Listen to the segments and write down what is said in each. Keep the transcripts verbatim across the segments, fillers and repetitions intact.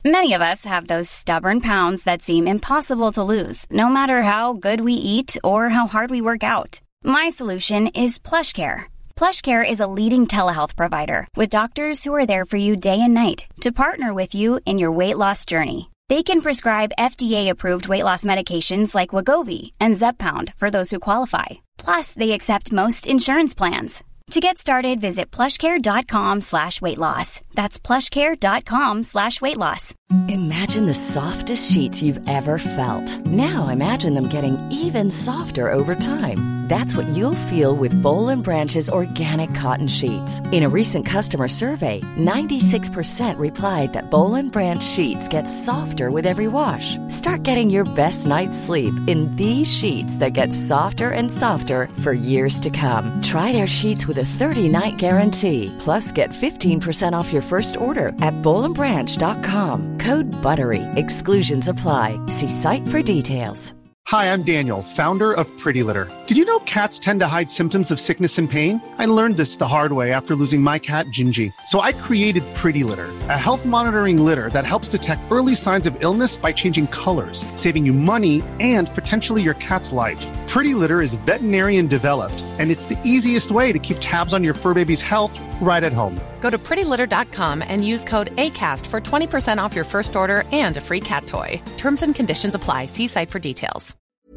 Many of us have those stubborn pounds that seem impossible to lose, no matter how good we eat or how hard we work out. My solution is PlushCare. PlushCare is a leading telehealth provider with doctors who are there for you day and night to partner with you in your weight loss journey. They can prescribe F D A-approved weight loss medications like Wegovy and Zepbound for those who qualify. Plus, they accept most insurance plans. To get started, visit plushcare.com slash weight loss. That's plushcare.com slash weight loss. Imagine the softest sheets you've ever felt. Now imagine them getting even softer over time. That's what you'll feel with Boll and Branch's organic cotton sheets. In a recent customer survey, ninety-six percent replied that Boll and Branch sheets get softer with every wash. Start getting your best night's sleep in these sheets that get softer and softer for years to come. Try their sheets with a thirty-night guarantee. Plus, get fifteen percent off your first order at boll and branch dot com. Code BUTTERY. Exclusions apply. See site for details. Hi, I'm Daniel, founder of Pretty Litter. Did you know cats tend to hide symptoms of sickness and pain? I learned this the hard way after losing my cat, Gingy. So I created Pretty Litter, a health monitoring litter that helps detect early signs of illness by changing colors, saving you money and potentially your cat's life. Pretty Litter is veterinarian developed, and it's the easiest way to keep tabs on your fur baby's health right at home. Go to pretty litter dot com and use code ACAST for twenty percent off your first order and a free cat toy. Terms and conditions apply. See site for details.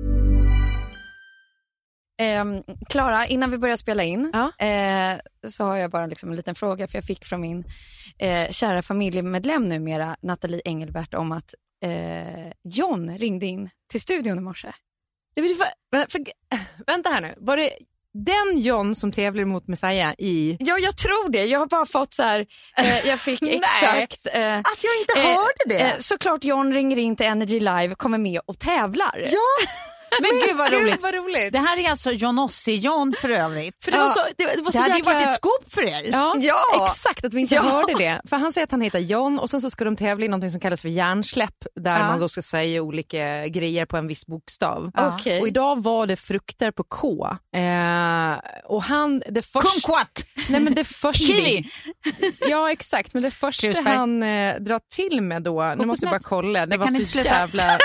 Klara, um, innan vi börjar spela in ja. eh, så har jag bara liksom en liten fråga, för jag fick från min eh, kära familjemedlem numera, Nathalie Engelbert, om att eh, John ringde in till studion i morse. Det var, för, för, vänta här nu, var det den John som tävlar mot Messiah i... Ja, jag tror det. Jag har bara fått så här... Eh, jag fick exakt... Eh, att jag inte eh, hörde det. Eh, såklart John ringer in till Energy Live, kommer med och tävlar. Ja! Men gud vad, gud roligt. vad roligt. Det här är alltså John Ossie John för övrigt. För det, ja. var så, det, det, var så det hade jäkla... ju varit ett scoop för er. Ja, ja. exakt, att vi inte ja. hörde det. För han säger att han heter John och sen så ska de tävla i något som kallas för hjärnsläpp. Där ja. man då ska säga olika grejer på en viss bokstav. Ja. Okay. Och idag var det frukter på K. Eh, och han... Det först... Kumquat! Nej men det första... Kiwi! Ja exakt, men det första Krusberg. han eh, drar till med då... Nu Kokosnät. måste jag bara kolla. Det, det var så jävla...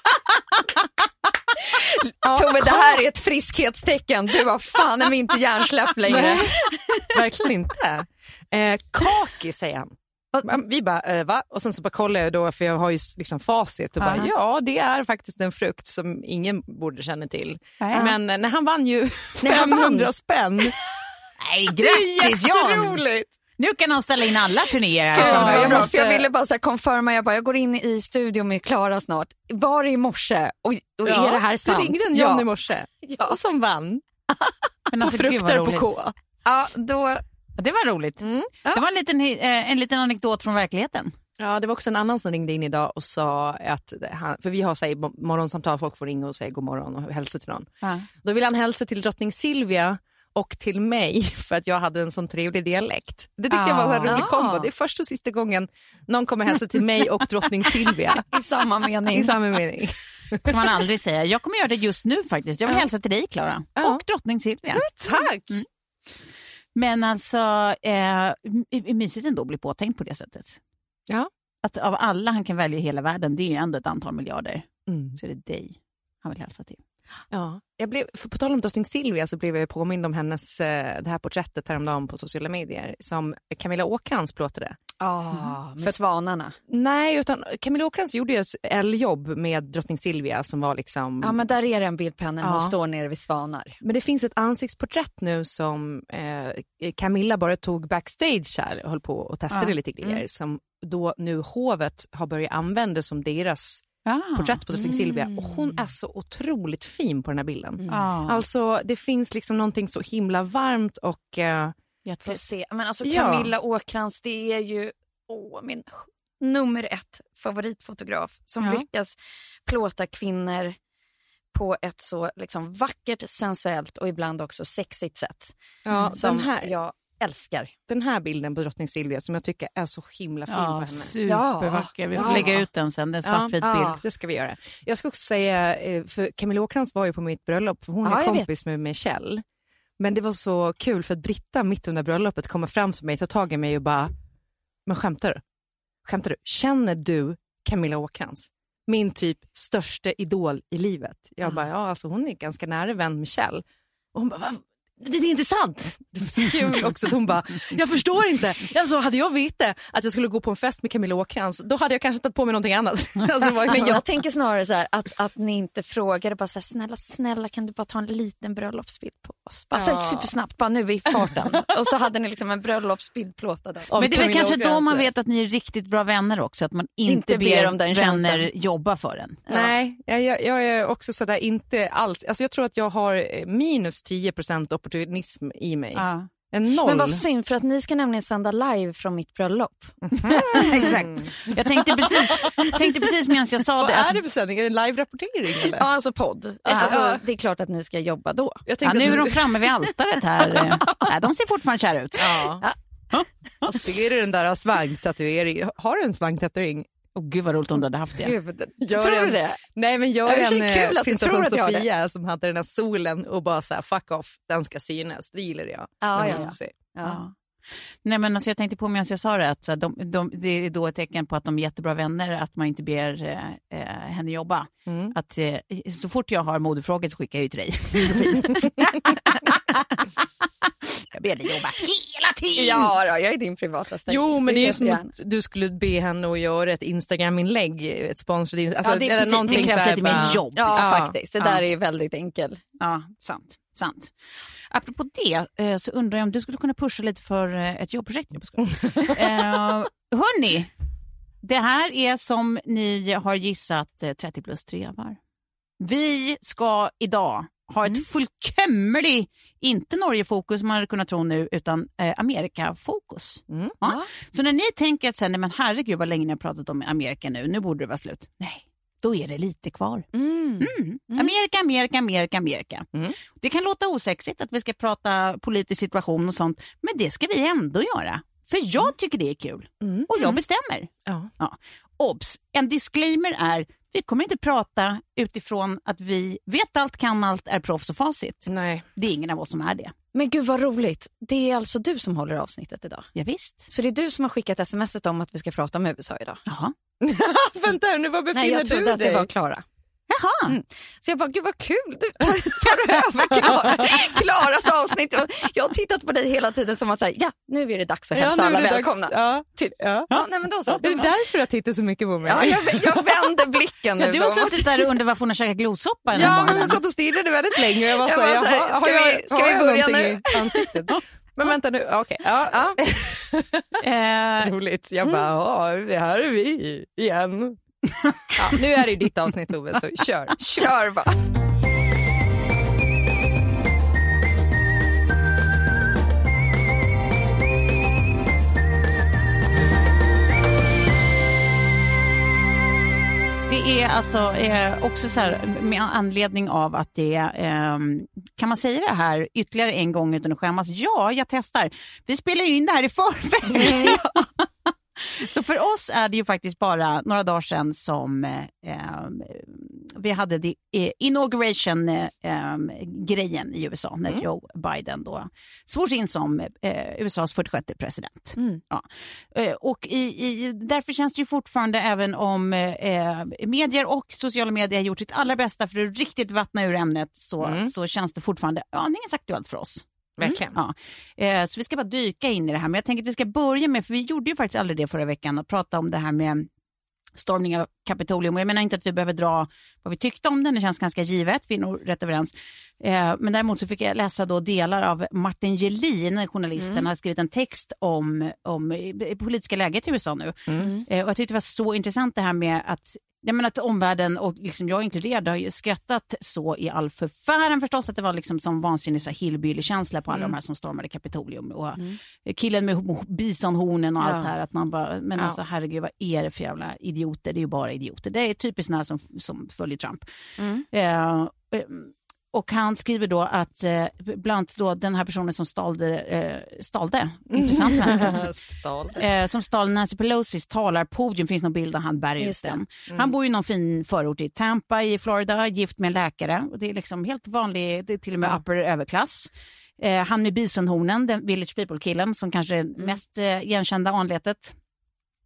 Ja, Tove, det här är ett friskhetstecken. Du var fan är inte hjärnsläpp längre. Nej, verkligen inte. Eh, kaki, säger han. Vi bara, eh, va? Och sen så bara kollar jag då, för jag har ju liksom facit. Och bara, uh-huh. ja, det är faktiskt en frukt som ingen borde känna till. Uh-huh. Men eh, när han vann ju femhundra vann. spänn. Nej, grattis John! Jätteroligt! Nu kan han ställa in alla turnéer. Ja, jag, måste... jag ville bara så här confirma, jag bara, jag går in i studion med Klara snart. Var det i morse? Och, och ja, är det här sant? Det ringde en John ja. i morse. Ja. Och som vann. Men alltså, på frukter på K. Ja, då... Det var roligt. Mm. Ja. Det var en liten, en liten anekdot från verkligheten. Ja, det var också en annan som ringde in idag och sa att han, för vi har så här, morgonsamtal, folk får ringa och säga god morgon och hälsa till någon. Ja. Då vill han hälsa till drottning Silvia och till mig för att jag hade en sån trevlig dialekt. Det tyckte ah. jag var en rolig kombo. Det är första och sista gången någon kommer hälsa till mig och drottning Silvia. I samma mening. I samma mening. Ska man aldrig säga. Jag kommer göra det just nu faktiskt. Jag vill ja. hälsa till dig, Klara. Ja. Och drottning Silvia. Tack! Mm. Men alltså, eh, mysigt ändå att bli påtänkt på det sättet. Ja. Att av alla han kan välja i hela världen, det är ju ändå ett antal miljarder. Mm. Så är det dig han vill hälsa till. Ja, jag blev, för på tal om drottning Silvia så blev jag påmind om hennes, det här porträttet häromdagen på sociala medier som Camilla Åkrans plåtade. Ja, oh, mm. med för, svanarna. Nej, utan Camilla Åkrans gjorde ju ett L-jobb med drottning Silvia som var liksom... Ja, men där är det en bild på henne när ja. hon står nere vid svanar. Men det finns ett ansiktsporträtt nu som eh, Camilla bara tog backstage här och höll på och testade ja. lite grejer. Mm. Som då nu hovet har börjat använda som deras... Ah, porträtt på drottning mm. Silvia. Och hon är så otroligt fin på den här bilden. Mm. Ah. Alltså det finns liksom någonting så himla varmt och... Uh, jag får se. Men alltså Camilla ja. Åkrans, det är ju åh, min nummer ett favoritfotograf som ja. lyckas plåta kvinnor på ett så liksom vackert, sensuellt och ibland också sexigt sätt. Ja, som den här... jag älskar. Den här bilden på drottning Silvia som jag tycker är så himla fin ja, på henne. Supervacker. Vi får ja. lägga ut den sen, det är en svartvit ja, bild. Ja, det ska vi göra. Jag ska också säga, för Camilla Åkrans var ju på mitt bröllop, för hon ja, är kompis med Michelle. Men det var så kul för att Britta mitt under bröllopet kommer fram till mig, tar tag i mig och bara, men skämtar du? skämtar du? Känner du Camilla Åkrans? Min typ största idol i livet. Jag mm. bara, ja alltså hon är ganska nära vän med Kjell. Och hon bara, va? Det är inte sant. Det var så kul också. Hon bara, jag förstår inte. Alltså, hade jag vetat att jag skulle gå på en fest med Camilla Åkrans, då hade jag kanske tagit på mig någonting annat. Alltså, men jag tänker snarare så här, att, att ni inte frågade bara så här, snälla, snälla kan du bara ta en liten bröllopsbild på oss? Bara ja. supersnabbt, bara nu i farten. Och så hade ni liksom en bröllopsbild plåtad. Men det är väl kanske då man vet att ni är riktigt bra vänner också. Att man inte, inte ber, ber om den vänner tjänsten. Jobba för en. Ja. Nej, jag, jag är också sådär inte alls. Alltså jag tror att jag har minus tio procent opportunism i mig. Ja. En noll. Men vad synd, för att ni ska nämligen sända live från mitt bröllop. Mm. Exakt. Jag tänkte precis, tänkte precis medan jag sa vad det. Vad att... är det för sändning? Är det live-rapportering eller? Ja, alltså podd. Alltså, ja. Det är klart att ni ska jobba då. Jag ja, nu är de framme vid altaret här. Ja, de ser fortfarande kära ut. Ja. Ja. Och ser du den där svanktatuering? Har du en svanktatuering? Åh oh, gud vad roligt om du hade haft det. Gud, tror en, du det? Nej men jag är en kul att prinsessan Sofia som hade den här solen och bara så här, fuck off, den ska synas. Det gillar jag. Ja, ja, ja. ja. ja. Nej men alltså jag tänkte på medan jag sa det att så de, de, det är då ett tecken på att de är jättebra vänner, att man inte ber eh, henne jobba. Mm. Att eh, så fort jag har modefrågor så skickar jag ju till dig. Jag ber dig jobba hela tiden. Ja då, jag är din privata stylist. Jo, men det är ju som att du skulle be henne att göra ett Instagram-inlägg, ett sponsor. Alltså, ja, det, är precis, det krävs lite mer jobb. Ja, ja, faktiskt. Det ja. där är ju väldigt enkelt. Ja, sant. sant. Apropå det så undrar jag om du skulle kunna pusha lite för ett jobbprojekt. uh, hörni, det här är som ni har gissat trettio plus trevar. Vi ska idag har ett mm. fullkomligt, inte Norge-fokus som man hade kunnat tro nu, utan eh, Amerika-fokus. Mm. Ja. Ja. Så när ni tänker att sen, nej, men herregud vad länge ni har pratat om Amerika nu, nu borde det vara slut. Nej, då är det lite kvar. Mm. Mm. Amerika, Amerika, Amerika, Amerika. Mm. Det kan låta osexigt att vi ska prata politisk situation och sånt, men det ska vi ändå göra. För jag tycker det är kul. Mm. Och jag bestämmer. Ja. Ja. Obs, en disclaimer är, vi kommer inte prata utifrån att vi vet allt, kan allt, är proffs och facit. Nej. Det är ingen av oss som är det. Men gud vad roligt. Det är alltså du som håller avsnittet idag? Ja, visst. Så det är du som har skickat smset om att vi ska prata om U S A idag? Jaha. Vänta nu, var befinner Nej, jag trodde du att dig? det var Klara. Jaha. Mm. Så jag bara, gud vad kul, du tar, tar du över Klara, Klaras avsnitt. Jag har tittat på dig hela tiden som att säga, ja, nu är det dags att hälsa ja, alla välkomna. Ja. Typ. Ja. Ja, nej, men då så. Ja, det är därför jag tittar så mycket på mig. Ja, jag, jag vänder blicken nu. Ja, du har suttit där och undrat varför hon har käkat glosoppa. Ja, men hon satt och stirrade väldigt länge. Jag var så, jag jag bara, ska jag, vi, ska vi börja nu? Ansiktet? Men vänta nu, okej. Okay. Ja. Ja. Roligt. Jag bara, ja, det här är vi igen. Ja, nu är det ju ditt avsnitt, Tove, så kör. Kör bara. Det är alltså eh, också så här, med anledning av att det eh, kan man säga det här ytterligare en gång utan att skämmas? Ja, jag testar. Vi spelar ju in det här i förväg. Ja. Så för oss är det ju faktiskt bara några dagar sedan som eh, vi hade det, eh, inauguration-grejen eh, i U S A när mm. Joe Biden då svors in som eh, U S A:s fyrtiosjätte president. Mm. Ja. Eh, och i, i, därför känns det ju fortfarande, även om eh, medier och sociala medier har gjort sitt allra bästa för att riktigt vattna ur ämnet, så, mm. så känns det fortfarande aningens aktuellt för oss. Verkligen. Mm. Ja. Eh, så vi ska bara dyka in i det här. Men jag tänker att vi ska börja med, för vi gjorde ju faktiskt aldrig det förra veckan, och prata om det här med stormning av Kapitolium. Och jag menar inte att vi behöver dra vad vi tyckte om den. Det känns ganska givet. Vi är nog rätt överens. Eh, men däremot så fick jag läsa då delar av Martin Gelin, journalisten, mm. har skrivit en text om, om politiska läget i U S A nu. Mm. Eh, och jag tyckte det var så intressant det här med att jag menar att omvärlden, och liksom jag inkluderad, har ju skrattat så i all förfären förstås, att det var liksom som vansinnig så hillbilly-känsla på alla mm. de här som stormade Kapitolium och mm. killen med bisonhornen och ja. allt det här, att man bara, men ja. alltså herregud, vad är det för jävla idioter? Det är ju bara idioter. Det är typiskt såna här som, som följer Trump. Mm. Eh, Och han skriver då att eh, bland då den här personen som stalde, eh, stalde, intressant stalde. Eh, som stal Nancy Pelosi's talarpodium, finns någon bild där han bär ut den. Mm. Han bor i någon fin förort i Tampa i Florida, gift med en läkare. Och det är liksom helt vanlig, det är till och med ja. upper överklass. Eh, han med bisonhornen, den Village People-killen som kanske är mest eh, igenkända anletet.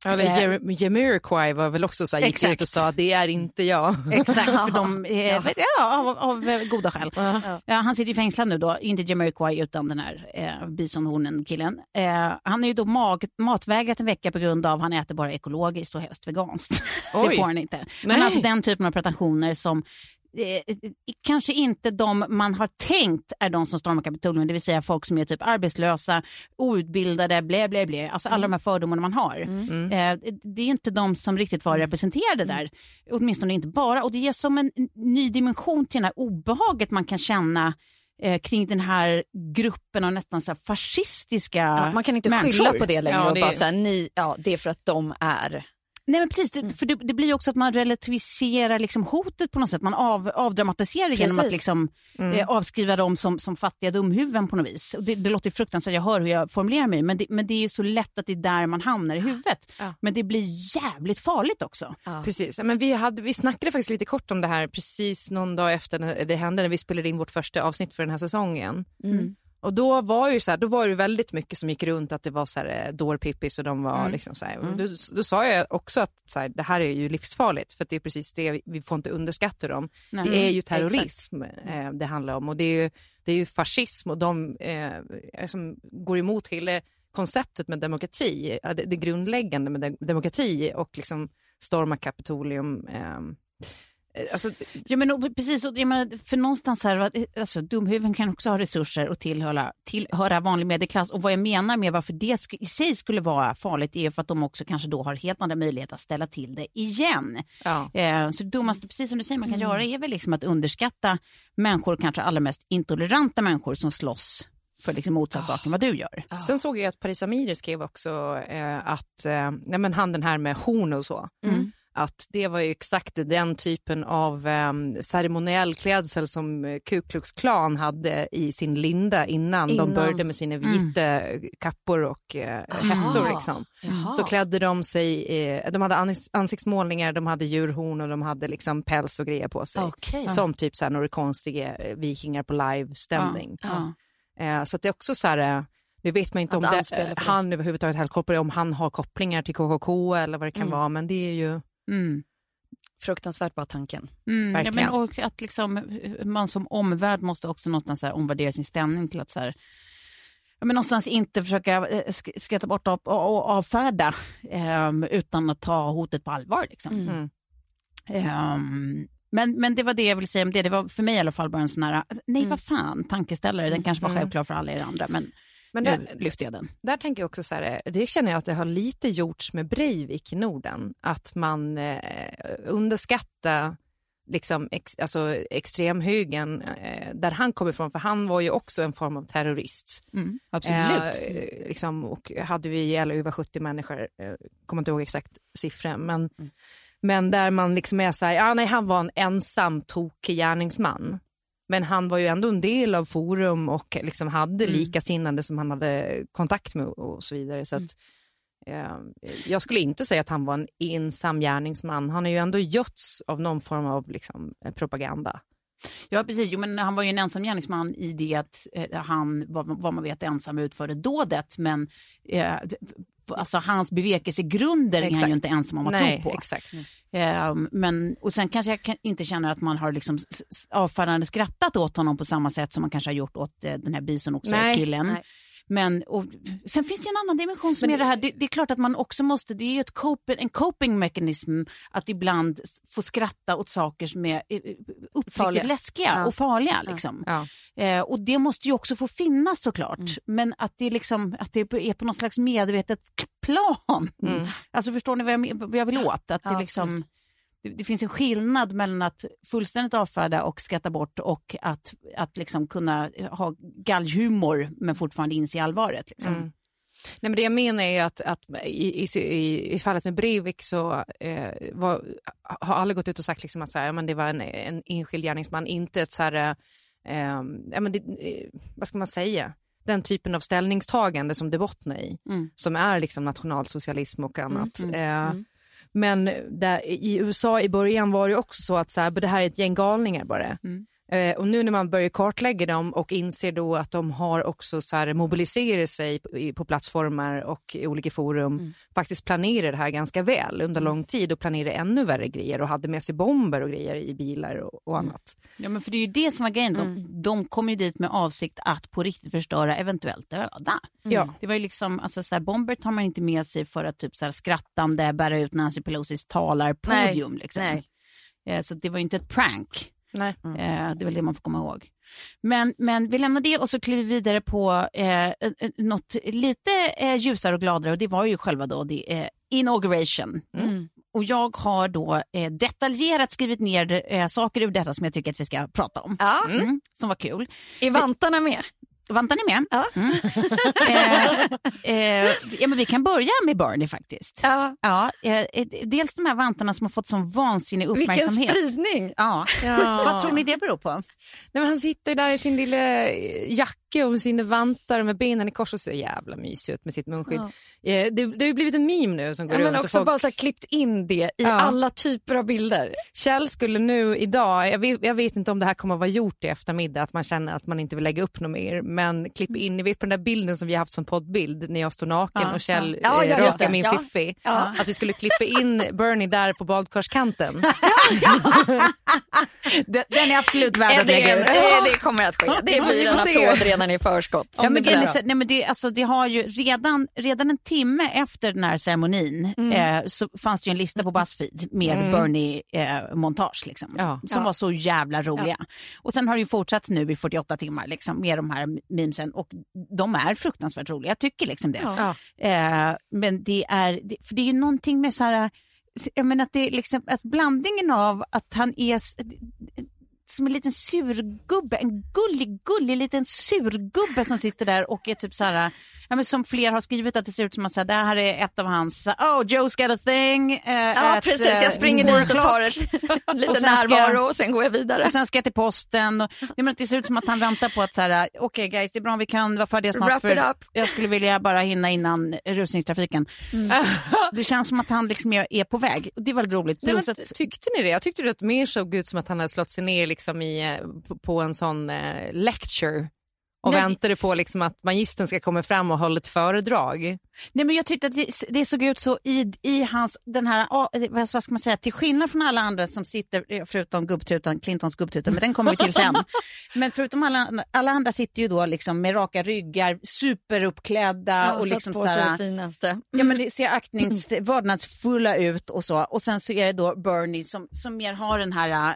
Eller Jamiroquai var väl också så här, gick Exakt. ut och sa att det är inte jag. Exakt, för de, eh, ja, av, av goda skäl. Uh-huh. Ja, han sitter ju fängslad nu då, inte Jamiroquai utan den här eh, bisonhornen-killen. Eh, han är ju då mag, matvägrat en vecka på grund av han äter bara ekologiskt och helst veganskt. Det får han inte. Nej. Men alltså den typen av pretensioner som Eh, kanske inte de man har tänkt är de som stormar Kapitolium, det vill säga folk som är typ arbetslösa, outbildade, blä blä blä, alltså alla de här fördomarna man har. Mm. Eh, det är inte de som riktigt var representerade där, åtminstone inte bara, och det ger som en ny dimension till den här obehaget man kan känna eh, kring den här gruppen av nästan så här fascistiska ja, man kan inte människor. Skylla på det längre ja, det... och bara säga ni, ja det är för att de är. Nej men precis, det, för det, det blir ju också att man relativiserar liksom hotet på något sätt. Man av, avdramatiserar precis. genom att liksom, mm. eh, avskriva dem som, som fattiga dumhuvuden på något vis. Och det, det låter fruktansvärt, jag hör hur jag formulerar mig. Men det, men det är ju så lätt att det är där man hamnar i huvudet. Ja. Men det blir jävligt farligt också. Ja. Precis, men vi, hade, vi snackade faktiskt lite kort om det här precis någon dag efter det hände. När vi spelade in vårt första avsnitt för den här säsongen. Mm. Och då var ju så här, då var det väldigt mycket som gick runt att det var så här dårpippis och de var mm. liksom så här. Mm. Då, då sa jag också att så här, det här är ju livsfarligt för att det är precis det vi får inte underskatta dem. Nej. Det är ju terrorism eh, det handlar om och det är ju, det är ju fascism och de eh, som går emot hela konceptet med demokrati, det, det grundläggande med de, demokrati och liksom storma Kapitolium. Eh, Alltså, ja, men, precis, jag menar, för någonstans här, alltså, dumhuvuden kan också ha resurser och tillhöra, tillhöra vanlig medelklass. Och vad jag menar med varför det sk- i sig skulle vara farligt är för att de också kanske då har helt andra möjligheter att ställa till det igen. Ja. Eh, så det dummaste, precis som du säger, man kan mm. göra är väl liksom att underskatta människor, kanske allra mest intoleranta människor som slåss för liksom motsatt oh. saken vad du gör. Oh. Sen såg jag att Paris Amiri skrev också eh, att eh, nej, men han den här med horn och så. Mm. Att det var ju exakt den typen av eh, ceremoniell klädsel som Ku Klux Klan hade i sin linda innan, innan. de började med sina vita mm. kappor och eh, hättor liksom. Jaha. Så klädde de sig, eh, de hade ans- ansiktsmålningar, de hade djurhorn och de hade liksom päls och grejer på sig. Okay. Som typ så här några konstiga eh, vikingar på live-stämning. Ja. Ja. Eh, så att det är också så här... Nu vet man inte att om det, han överhuvudtaget helt kopplar, om han har kopplingar till K K K eller vad det kan mm. vara, men det är ju... Mm. Fruktansvärt bara tanken. Mm, ja, men och att liksom, man som omvärld måste också någonstans så här omvärdera sin ställning till att så här, ja, men någonstans inte försöka sk- skratta bort och, och avfärda eh, utan att ta hotet på allvar. Liksom. Mm. Eh, men, men det var det jag ville säga om det. Det var för mig i alla fall bara en sån här, nej mm. vad fan, tankeställare. Den kanske var mm. självklar för alla er andra, men... Men där, nu lyfter jag den. Där tänker jag också så här, det känner jag att det har lite gjorts med Breivik i Norden. Att man eh, underskattar liksom ex, alltså extremhögen eh, där han kommer ifrån. För han var ju också en form av terrorist. Mm, absolut. Eh, liksom, och hade vi ihjäl över sjuttio människor, eh, kommer inte ihåg exakt siffran. Men, mm. men där man liksom är så här, ja nej han var en ensam tokig gärningsman. Men han var ju ändå en del av forum och liksom hade mm. likasinnande som han hade kontakt med och så vidare. Så att, eh, jag skulle inte säga att han var en ensam gärningsman. Han är ju ändå götts av någon form av liksom, propaganda. Ja, precis. Jo, men han var ju en ensam gärningsman i det att eh, han, vad, vad man vet, ensam utförde dådet. Men eh, alltså, hans bevekelsegrunder är han ju inte ensam om att Nej, tro på. Exakt. Eh, men, och sen kanske jag kan, inte känner att man har liksom avfärdande skrattat åt honom på samma sätt som man kanske har gjort åt eh, den här bison också, Nej. killen. Nej. Men och, sen finns det en annan dimension som men är det här. Det, det är klart att man också måste, det är ju ett cope, en coping mechanism att ibland få skratta åt saker som är uppriktigt läskiga ja. och farliga. Liksom. Ja. Eh, och det måste ju också få finnas såklart. Mm. Men att det, liksom, att det är på något slags medvetet plan. Mm. Alltså förstår ni vad jag, vad jag vill åt? Att det ja, liksom... Det, det finns en skillnad mellan att fullständigt avfärda och skratta bort och att, att liksom kunna ha galghumor men fortfarande inse allvaret. Liksom. Mm. Nej, men det jag menar är att, att i, i, i fallet med Breivik så eh, var, har alla gått ut och sagt liksom att så här, ja, men det var en, en enskild gärningsman, inte ett så här, eh, ja, men det, eh, vad ska man säga? Den typen av ställningstagande som det bottnar i, mm. som är liksom nationalsocialism och annat. Mm, mm, eh, mm. Men där, i U S A i början var det också så att så här, det här är ett gäng galningar bara. Mm. Eh, och nu när man börjar kartlägga dem och inser då att de har också så här mobiliserat sig på, på plattformar och i olika forum, mm. faktiskt planerar det här ganska väl under lång tid och planerar ännu värre grejer och hade med sig bomber och grejer i bilar och, och annat. Ja, men för det är ju det som var grejen. De, mm. de kom ju dit med avsikt att på riktigt förstöra, eventuellt döda. Mm. Ja. Det var ju liksom, alltså så här, bomber tar man inte med sig för att typ så här skrattande bära ut Nancy Pelosis talarpodium. Nej. Liksom. Nej. Eh, så det var ju inte ett prank. Nej. Mm. Eh, det är väl det man får komma ihåg. Men, men vi lämnar det och så kliver vi vidare på eh, något lite eh, ljusare och gladare, och det var ju själva då det, eh, inauguration. Mm. Och jag har då eh, detaljerat skrivit ner eh, saker ur detta som jag tycker att vi ska prata om. Ja. Mm, som var kul. Är vantarna med? Vantarna är med. Ja. Mm. eh, eh, ja, men vi kan börja med Bernie faktiskt. Ja. Ja, eh, dels de här vantarna som har fått sån vansinnig uppmärksamhet. Vilken spridning! Ja. Ja. Vad tror ni det beror på? Nej, men han sitter där i sin lilla jacka och med sina vantar med benen i kors och ser jävla mysig ut med sitt munskydd. Ja. Det, det har ju blivit en meme nu som går ja, runt. Men också folk... bara så här, klippt in det i ja. alla typer av bilder. Kjell skulle nu idag, jag vet, jag vet inte om det här kommer att vara gjort i eftermiddag, att man känner att man inte vill lägga upp något mer, men klipp in, ni vet på den där bilden som vi har haft som poddbild när jag står naken ja. och Kjell ja. eh, ja, rakar min ja. fiffi, ja. att vi skulle klippa in Bernie där på badkarskanten. Den är absolut värd ja, att lägga ut. Det, det kommer att ske. Det blir en applåd redan i förskott. Ja, men det, nej, men det, alltså, det har ju redan, redan en timme efter den här ceremonin mm. eh, så fanns det ju en lista på BuzzFeed med mm. Bernie-montage eh, liksom, ja. som ja. var så jävla roliga. Ja. Och sen har det ju fortsatt nu i fyrtioåtta timmar liksom, med de här memesen, och de är fruktansvärt roliga. Jag tycker liksom det. Ja. Eh, men det är, det, för det är ju någonting med så här, jag menar att det är liksom, att blandningen av att han är som en liten surgubbe, en gullig, gullig liten surgubbe som sitter där och är typ så här, ja, men som fler har skrivit att det ser ut som att så här, det här är ett av hans, oh, Joe's got a thing. Uh, ja, at, precis. Jag springer uh, dit och tar ett lite närvaro jag, och sen går jag vidare. Och sen ska jag till posten. Och, det, men det ser ut som att han väntar på att så här, okej okay, guys, det är bra om vi kan vara färdiga snart. Wrap för jag skulle vilja bara hinna innan rusningstrafiken. Mm. Det känns som att han liksom är, är på väg. Det är väldigt roligt. Nej, men, att, tyckte ni det? Jag tyckte det mer såg ut som att han hade slått sig ner liksom i, på, på en sån eh, lecture. Och Nej. väntade på liksom att magistern ska komma fram och hålla ett föredrag. Nej, men jag tyckte att det, det såg ut så i, i hans, den här, vad ska man säga, till skillnad från alla andra som sitter, förutom gubbtutan, Clintons gubbtutan, men den kommer vi till sen. Men förutom alla, alla andra sitter ju då liksom med raka ryggar, superuppklädda ja, och liksom på så här, det finaste. Mm. Ja, men det ser aktnings, vördnadsfulla ut och så. Och sen så är det då Bernie som, som mer har den här,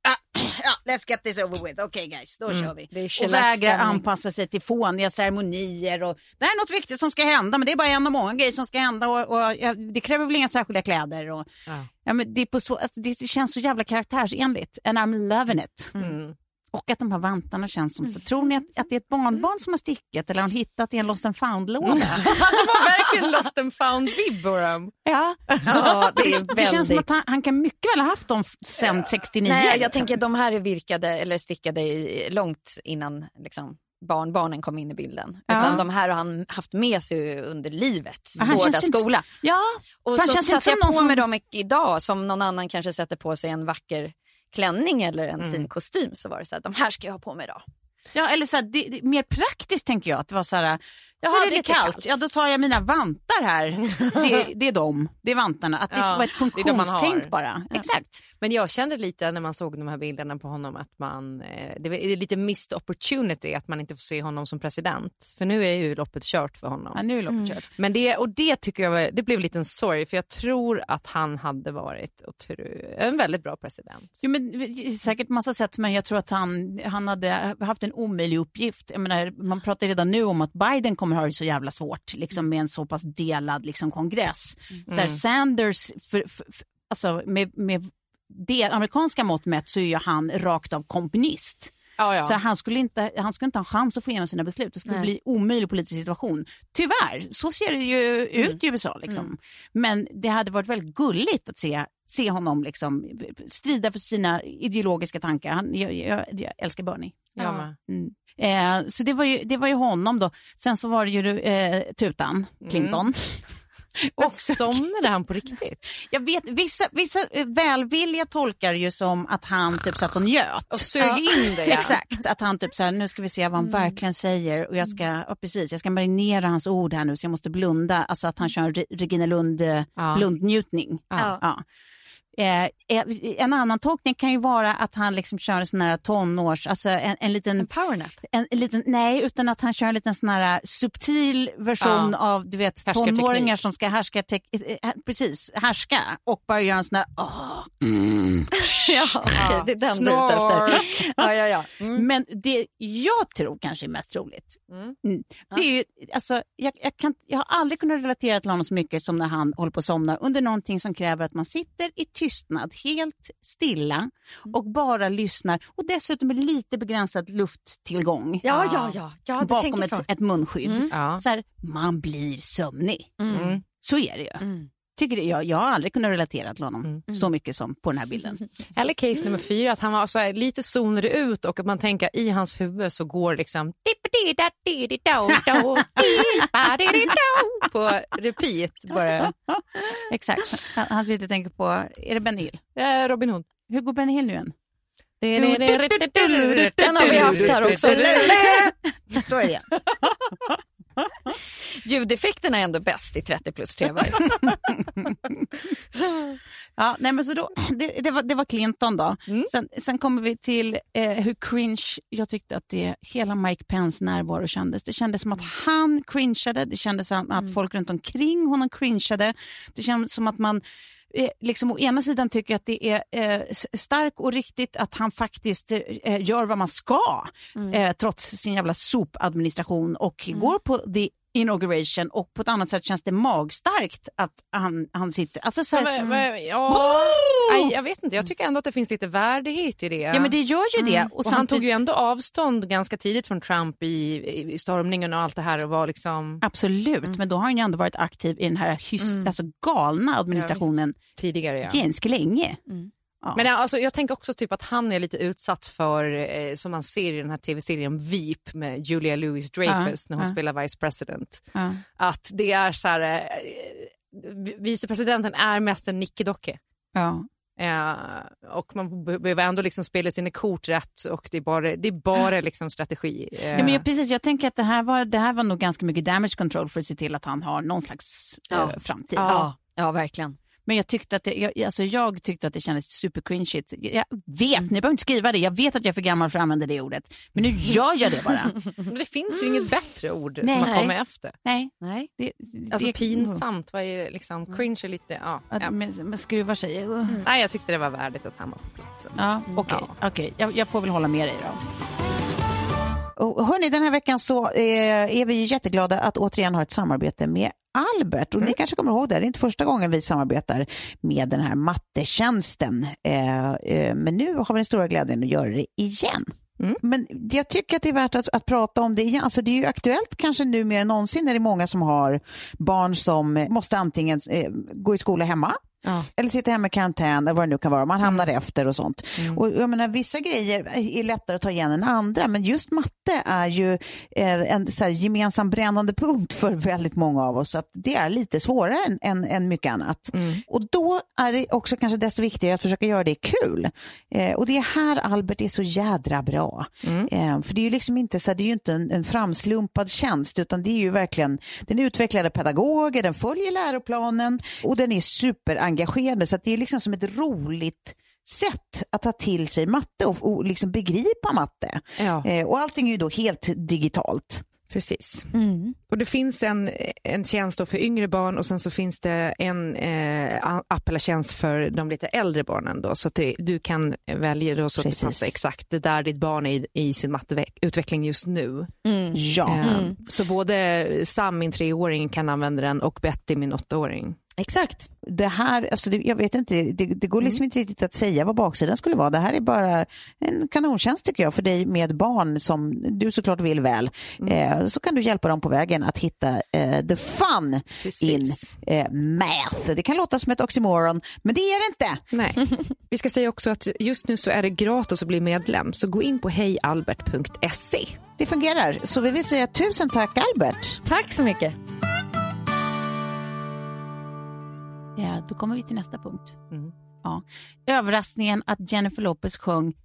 ja, let's get this over with. Okej okay, guys, då mm. kör vi. Och vägrar anpassa sig till fåniga ceremonier. Och det här är något viktigt som ska hända, men det är bara en av många grejer som ska hända. Och, och ja, det kräver väl inga särskilda kläder. Och, ja. Ja, men det, är på så, alltså, det känns så jävla karaktärsenligt. And I'm loving it. Mm. Och att de här vantarna känns som så. Tror ni att, att det är ett barnbarn som har stickat eller har hittat i en Lost and Found-låda? Mm. Det var verkligen Lost and Found-vibb på dem. Ja, ja det, är det, väldigt... det känns som att han, han kan mycket väl ha haft dem sedan sextionio. Nej, jag liksom. tänker att de här är virkade eller stickade i, långt innan liksom, barnbarnen kom in i bilden. Ja. Utan de här har han haft med sig under livets ja, hårda skola. Inte... Ja, och så satte jag på som... med dem idag som någon annan kanske sätter på sig en vacker klänning eller en mm. fin kostym, så var det så att de här ska jag ha på mig idag. Ja, eller så här, det, det, mer praktiskt tänker jag att det var så här, jaha, så är det, det är kallt. kallt. Ja, då tar jag mina vantar här. Det, det är dem, det är vantarna. Att det ja, var ett funktionstänk bara. Ja. Exakt. Men jag kände lite när man såg de här bilderna på honom att man, det är lite missed opportunity att man inte får se honom som president. För nu är ju loppet kört för honom. Ja, nu är loppet mm. kört. Men det, och det tycker jag, det blev lite en sorg, för jag tror att han hade varit en väldigt bra president. Jo, men säkert massa sätt, men jag tror att han, han hade haft en omöjlig uppgift. Jag menar, man pratar redan nu om att Biden kommer ha det så jävla svårt liksom, med en så pass delad liksom, kongress. Mm. Så här, Sanders för, för, för, alltså, med, med det amerikanska mått mätt så är ju han rakt av komponist. Ja, ja. Så han skulle, inte, han skulle inte ha en chans att få igenom sina beslut. Det skulle Nej. bli omöjlig politisk situation. Tyvärr, så ser det ju ut mm. i U S A. Liksom. Mm. Men det hade varit väldigt gulligt att se, se honom liksom, strida för sina ideologiska tankar. Han, jag, jag, jag älskar Bernie. Ja. Mm. Eh, så det var, ju, det var ju honom då. Sen så var det ju eh, tutan, Clinton. Mm. Och somnade han på riktigt? Jag vet, vissa, vissa välvilliga tolkar ju som att han typ satt och njöt. Och sög in det, ja. Exakt, att han typ så här, nu ska vi se vad han mm. verkligen säger. Och jag ska, ja, precis, jag ska marinera hans ord här nu så jag måste blunda. Alltså att han kör Re- Regina Lund ja. blundnjutning. Ja. Ja. Eh, en annan tolkning kan ju vara att han liksom kör en sån här tonårs, alltså en, en liten en powernap. En, en liten, nej, utan att han kör en liten sån här subtil version ja. av, du vet, tonåringar som ska härska, te- eh, precis, härska och bara göra en sån här åh. Mm. Ja, okay, det är den du är ute efter. Ja, ja, ja. Mm. Men det jag tror kanske är mest troligt. Mm. Mm. Det är ju, alltså, jag, jag, kan, jag har aldrig kunnat relatera till honom så mycket som när han håller på att somna under någonting som kräver att man sitter i tystnad, helt stilla och bara lyssnar och dessutom med lite begränsad lufttillgång. Ja, ja, ja. ja det bakom ett, ett munskydd. Mm. Ja. Så här, man blir sömnig. Mm. Så är det ju. Mm. Tycker det, jag, jag har aldrig kunnat relatera till honom mm. så mycket som på den här bilden. Eller case nummer fyra, att han var så här, lite zonade ut och att man tänker i hans huvud så går liksom på repeat bara. Exakt. Han, han sitter och tänker på, är det Ben Hill? Ja, Robin Hood. Hur går Ben Hill nu igen? Den har vi haft här också. Så är det. Ljudeffekterna är ändå bäst i trettio plus tv. Ja, nej men så då, det, det, var, det var Clinton då. Mm. Sen, sen kommer vi till eh, hur cringe jag tyckte att det, hela Mike Pence närvaro kändes. Det kändes som att han cringeade. Det kändes som att mm. folk runt omkring honom cringeade. Det kändes som att man eh, liksom å ena sidan tycker att det är eh, starkt och riktigt att han faktiskt eh, gör vad man ska mm. eh, trots sin jävla sopadministration och mm. går på det inauguration och på ett annat sätt känns det magstarkt att han, han sitter alltså så här, men, men, ja, nej, jag vet inte, jag tycker ändå att det finns lite värdighet i det. Ja men det gör ju det. Mm. Och, och samtidigt... han tog ju ändå avstånd ganska tidigt från Trump i, i stormningen och allt det här och var liksom... Absolut, mm. men då har han ju ändå varit aktiv i den här hyst, mm. alltså galna administrationen ja, tidigare, ja. ganska länge. Mm. Ja. Men alltså, jag tänker också typ att han är lite utsatt för, eh, som man ser i den här tv-serien Veep med Julia Louis-Dreyfus ja, när hon ja. spelar vice president. Ja. Att det är så här, eh, vicepresidenten är mest en nickedocke. Ja. Eh, och man behöver ändå liksom spela sina kort rätt och det är bara, det är bara liksom strategi. Eh. Ja, men jag, precis, jag tänker att det här, var, det här var nog ganska mycket damage control för att se till att han har någon slags ja. eh, framtid. Ja. ja, verkligen. Men jag tyckte att det, jag, alltså jag tyckte att det kändes super cringeigt. Jag vet, ni behöver inte skriva det. Jag vet att jag är för gammal för att använda det ordet. Men nu gör jag det bara. Men det finns ju inget bättre ord Nej. som har kommit efter. Nej. Nej. Det, alltså det, pinsamt. Vad är liksom cringe är lite... Ja, att ja. Man, man skruvar sig. Mm. Nej, jag tyckte det var värdigt att han var på platsen. Ja, okej. Okay, ja. okay. jag, jag får väl hålla med dig då. Och hörni, den här veckan så eh, är vi ju jätteglada att återigen ha ett samarbete med Albert. Och mm. ni kanske kommer ihåg det. Det är inte första gången vi samarbetar med den här mattetjänsten. Eh, eh, men nu har vi den stora glädjen att göra det igen. Mm. Men jag tycker att det är värt att, att prata om det igen. Alltså det är ju aktuellt kanske nu mer än någonsin när det är många som har barn som måste antingen eh, gå i skola hemma. Ja. Eller sitta hemma i karantän eller vad det nu kan vara. Man hamnar mm. efter och sånt. Mm. Och jag menar, vissa grejer är lättare att ta igen än andra. Men just matte är ju eh, en så här, gemensam brännande punkt för väldigt många av oss. Så att det är lite svårare än, än, än mycket annat. Mm. Och då är det också kanske desto viktigare att försöka göra det kul. Eh, och det är här Albert är så jädra bra. Mm. Eh, för det är ju liksom inte, så här, det är ju inte en, en framslumpad tjänst. Utan det är ju verkligen, den utvecklade pedagoger, den följer läroplanen. Och den är super engagerande, så att det är liksom som ett roligt sätt att ta till sig matte och, och liksom begripa matte. Ja. Eh, och allting är ju då helt digitalt. Precis. Mm. Och det finns en, en tjänst då för yngre barn och sen så finns det en eh, app eller tjänst för de lite äldre barnen då, så att det, du kan välja då så att det passar exakt det där ditt barn är i, i sin matteutveckling just nu. Mm. Ja. Eh, mm. Så både Sam, min treåring, kan använda den och Betty, min åttaåring. Exakt. Det här, alltså det, jag vet inte, det, det går liksom mm. inte riktigt att säga vad baksidan skulle vara. Det här är bara en kanontjänst tycker jag för dig med barn som du såklart vill väl. Mm. Eh, så kan du hjälpa dem på vägen att hitta eh, the fun Precis. in eh, math. Det kan låta som ett oxymoron, men det är det inte. Nej. Vi ska säga också att just nu så är det gratis att bli medlem, så gå in på hej albert punkt se. Det fungerar, så vi vill säga tusen tack Albert. Tack så mycket. då kommer vi till nästa punkt. Mm. Ja. Överraskningen att Jennifer Lopez sjöng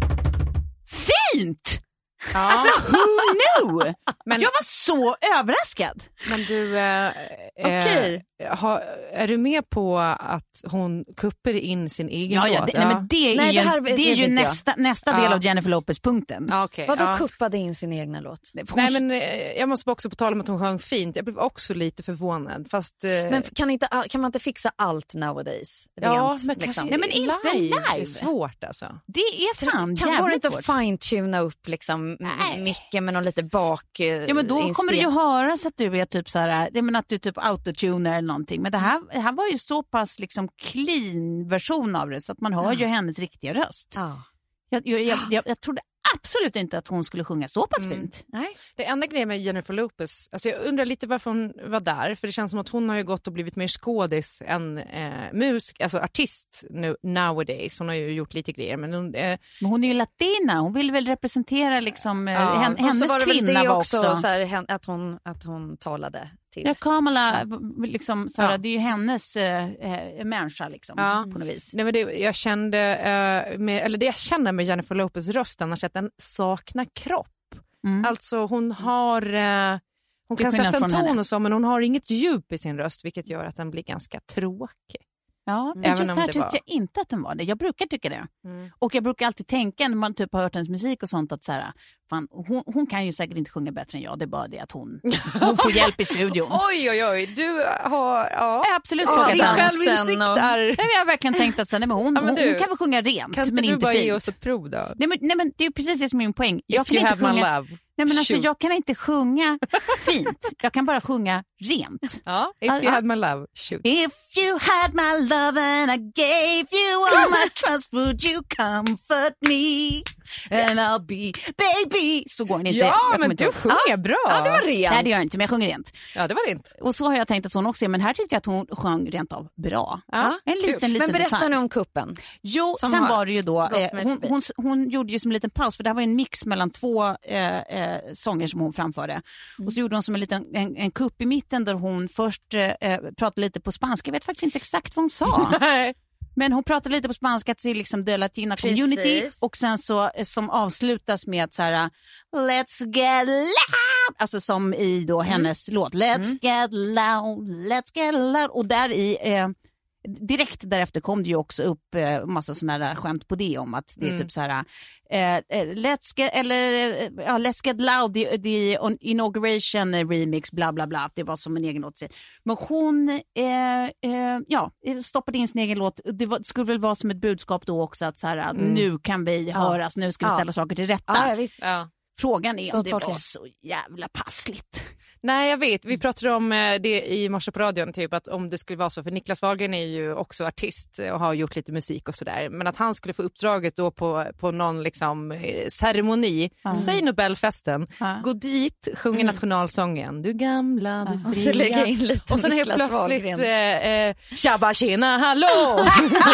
fint! Ja. Alltså, who knew? Men, jag var så överraskad. Men du, eh, okay. eh, ha, är du med på att hon kuppar in sin egen ja, låt? Ja, det, nej, men det är nej, ju, det här, det är ju nästa, nästa del ja. av Jennifer Lopez-punkten. Ja, okay. Vadå ja. kuppade in sin egna låt? Hon... Nej, men eh, jag måste också på tal om att hon sjöng fint. Jag blev också lite förvånad. Fast, eh... Men kan, inte, kan man inte fixa allt nowadays? Ja, rent, men liksom? kanske nej, men inte live. live. Det är svårt alltså. Det är fan kan jävligt inte svårt. fine-tuna upp liksom mycket med någon lite bak eh, ja, men då inspel. kommer det ju höras att du är typ så här, jag menar att du typ autotuner eller någonting. Men det här, det här var ju så pass liksom clean version av det så att man hör ja. ju hennes riktiga röst. Ja. Jag, jag, jag, jag, jag trodde absolut inte att hon skulle sjunga så pass mm. fint. Nej. Det enda grejen med Jennifer Lopez, alltså jag undrar lite varför hon var där, för det känns som att hon har ju gått och blivit mer skådis än eh, musik, alltså artist nu, nowadays. Hon har ju gjort lite grejer. Men hon, eh, men hon är ju latina, hon vill väl representera liksom, eh, ja. hen, hennes var det kvinna det var också. också. Så här, att, hon, att hon talade till. Ja, Kamala, liksom, så här, ja. det är ju hennes eh, människa liksom, ja. på något vis. Nej, men det, jag kände, eh, med, eller det jag känner med Jennifer Lopez röst annars att den saknar kropp. Mm. Alltså hon har, eh, hon kan sätta en ton och så, men hon har inget djup i sin röst, vilket gör att den blir ganska tråkig. Ja, men just här tyckte var... jag inte att den var det. Jag brukar tycka det. Mm. Och jag brukar alltid tänka när man typ har hört hennes musik och sånt att så här, fan, hon, hon kan ju säkert inte sjunga bättre än jag. Det är bara det att hon, hon får hjälp i studion. Oj, oj, oj. Du har... Ja, ja absolut. Ja, din självinsikt och... är... Nej, jag har verkligen tänkt att så, nej, men hon, ja, men du, hon, hon kan väl sjunga rent, kan men inte inte bara fint. Ge oss ett prov då? Nej, men, nej, men det är precis det som är min poäng. Jag If kan you inte have sjunga... my love. Nej, men alltså, jag kan inte sjunga fint. Jag kan bara sjunga rent. Ja, if you uh, had my love, shoot. If you had my love and I gave you all my trust, would you comfort me? And I'll be baby. Så går det inte. Ja, jag men du inte. sjunger ja. bra. Ja, det var rent. Nej, det gör jag inte, men jag sjunger rent. Ja, det var rent. Och så har jag tänkt att hon också är, men här tyckte jag att hon sjöng rent av bra. Ja, en liten, liten Men berätta detalj. nu om kuppen. Jo, sen var det ju då, eh, hon, hon, hon gjorde ju som en liten paus, för det här var en mix mellan två eh, eh, sånger som hon framförde. Mm. Och så gjorde hon som en liten en, en kupp i mitten där hon först eh, pratade lite på spanska. Jag vet faktiskt inte exakt vad hon sa. Men hon pratade lite på spanska till liksom the latina community. Precis. Och sen så som avslutas med att så här, let's get loud. Alltså som i då hennes mm. låt. Let's mm. get loud, let's get loud. Och där i... Eh, direkt därefter kom det ju också upp eh, massa sådana där skämt på det om att det är mm. typ så här eh, let's get eller ja, let's get loud the, the inauguration remix bla bla bla, det var som en egen låt. Men hon eh, eh, ja, stoppade in sin egen låt. Det var, skulle väl vara som ett budskap då också att så här mm. nu kan vi ja. höras, nu ska vi ställa ja. saker till rätta. Ja, visst. Ja. Frågan är så om det tolkar. var så jävla passligt. Nej, jag vet. Vi pratade om det i morse på radion, typ att om det skulle vara så, för Niklas Wahlgren är ju också artist och har gjort lite musik och sådär, men att han skulle få uppdraget då på, på någon liksom ceremoni, mm. säg Nobelfesten, mm. gå dit, sjunga mm. nationalsången, du gamla, du mm. fria, och, in lite och sen helt plötsligt eh, tjabba tjena hallå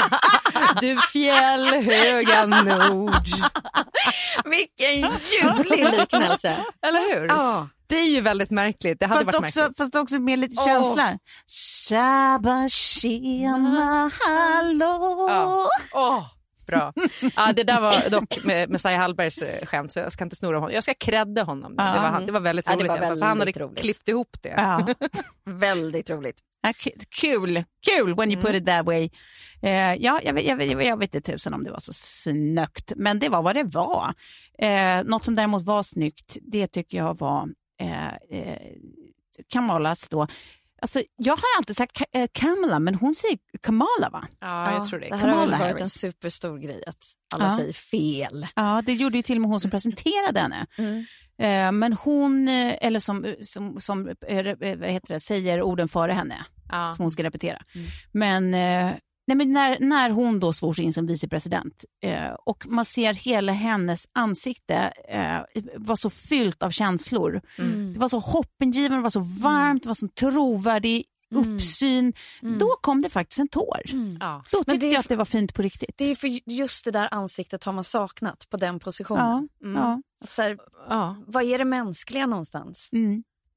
du fjällhöga nord. Vilken ljuvlig liknelse. Eller hur? Ja. Det är ju väldigt märkligt. Det hade fast, varit också, märkligt. fast också med lite oh. känsla. Tjabba tjena hallå. Ja. Oh, bra. Ja, det där var dock med Messiah Hallbergs skämt, så jag ska inte snurra honom. Jag ska credda honom. Ja. Det, var, det var väldigt roligt. Ja, det var väldigt för han hade roligt. klippt ihop det. Ja. Väldigt roligt. Ja, kul, kul when you mm. put it that way. Uh, ja, jag vet, jag, vet, jag vet inte tusen om det var så snyggt, men det var vad det var. Uh, något som däremot var snyggt, det tycker jag var uh, uh, Kamalas då. Alltså, jag har alltid sagt uh, Kamala, men hon säger Kamala, va? Ja, jag tror det. Det här Kamala har varit Harris. en superstor grej att alla ja. säger fel. Ja, det gjorde ju till och med hon som presenterade henne. Mm. Men hon, eller som, som, som vad heter det, säger orden före henne, ja. som hon ska repetera. Mm. Men, nej, men när, när hon då svor sig in som vicepresident och man ser hela hennes ansikte var så fyllt av känslor. Mm. Det var så hoppingivande, det var så varmt, det var så trovärdig uppsyn. Mm. Då kom det faktiskt en tår. Mm. Ja. Då tyckte jag att det var fint på riktigt. Det är för just det där ansiktet har man saknat på den positionen. Ja. Mm. Ja. Att så här, ja. Vad är det mänskliga någonstans? Mm.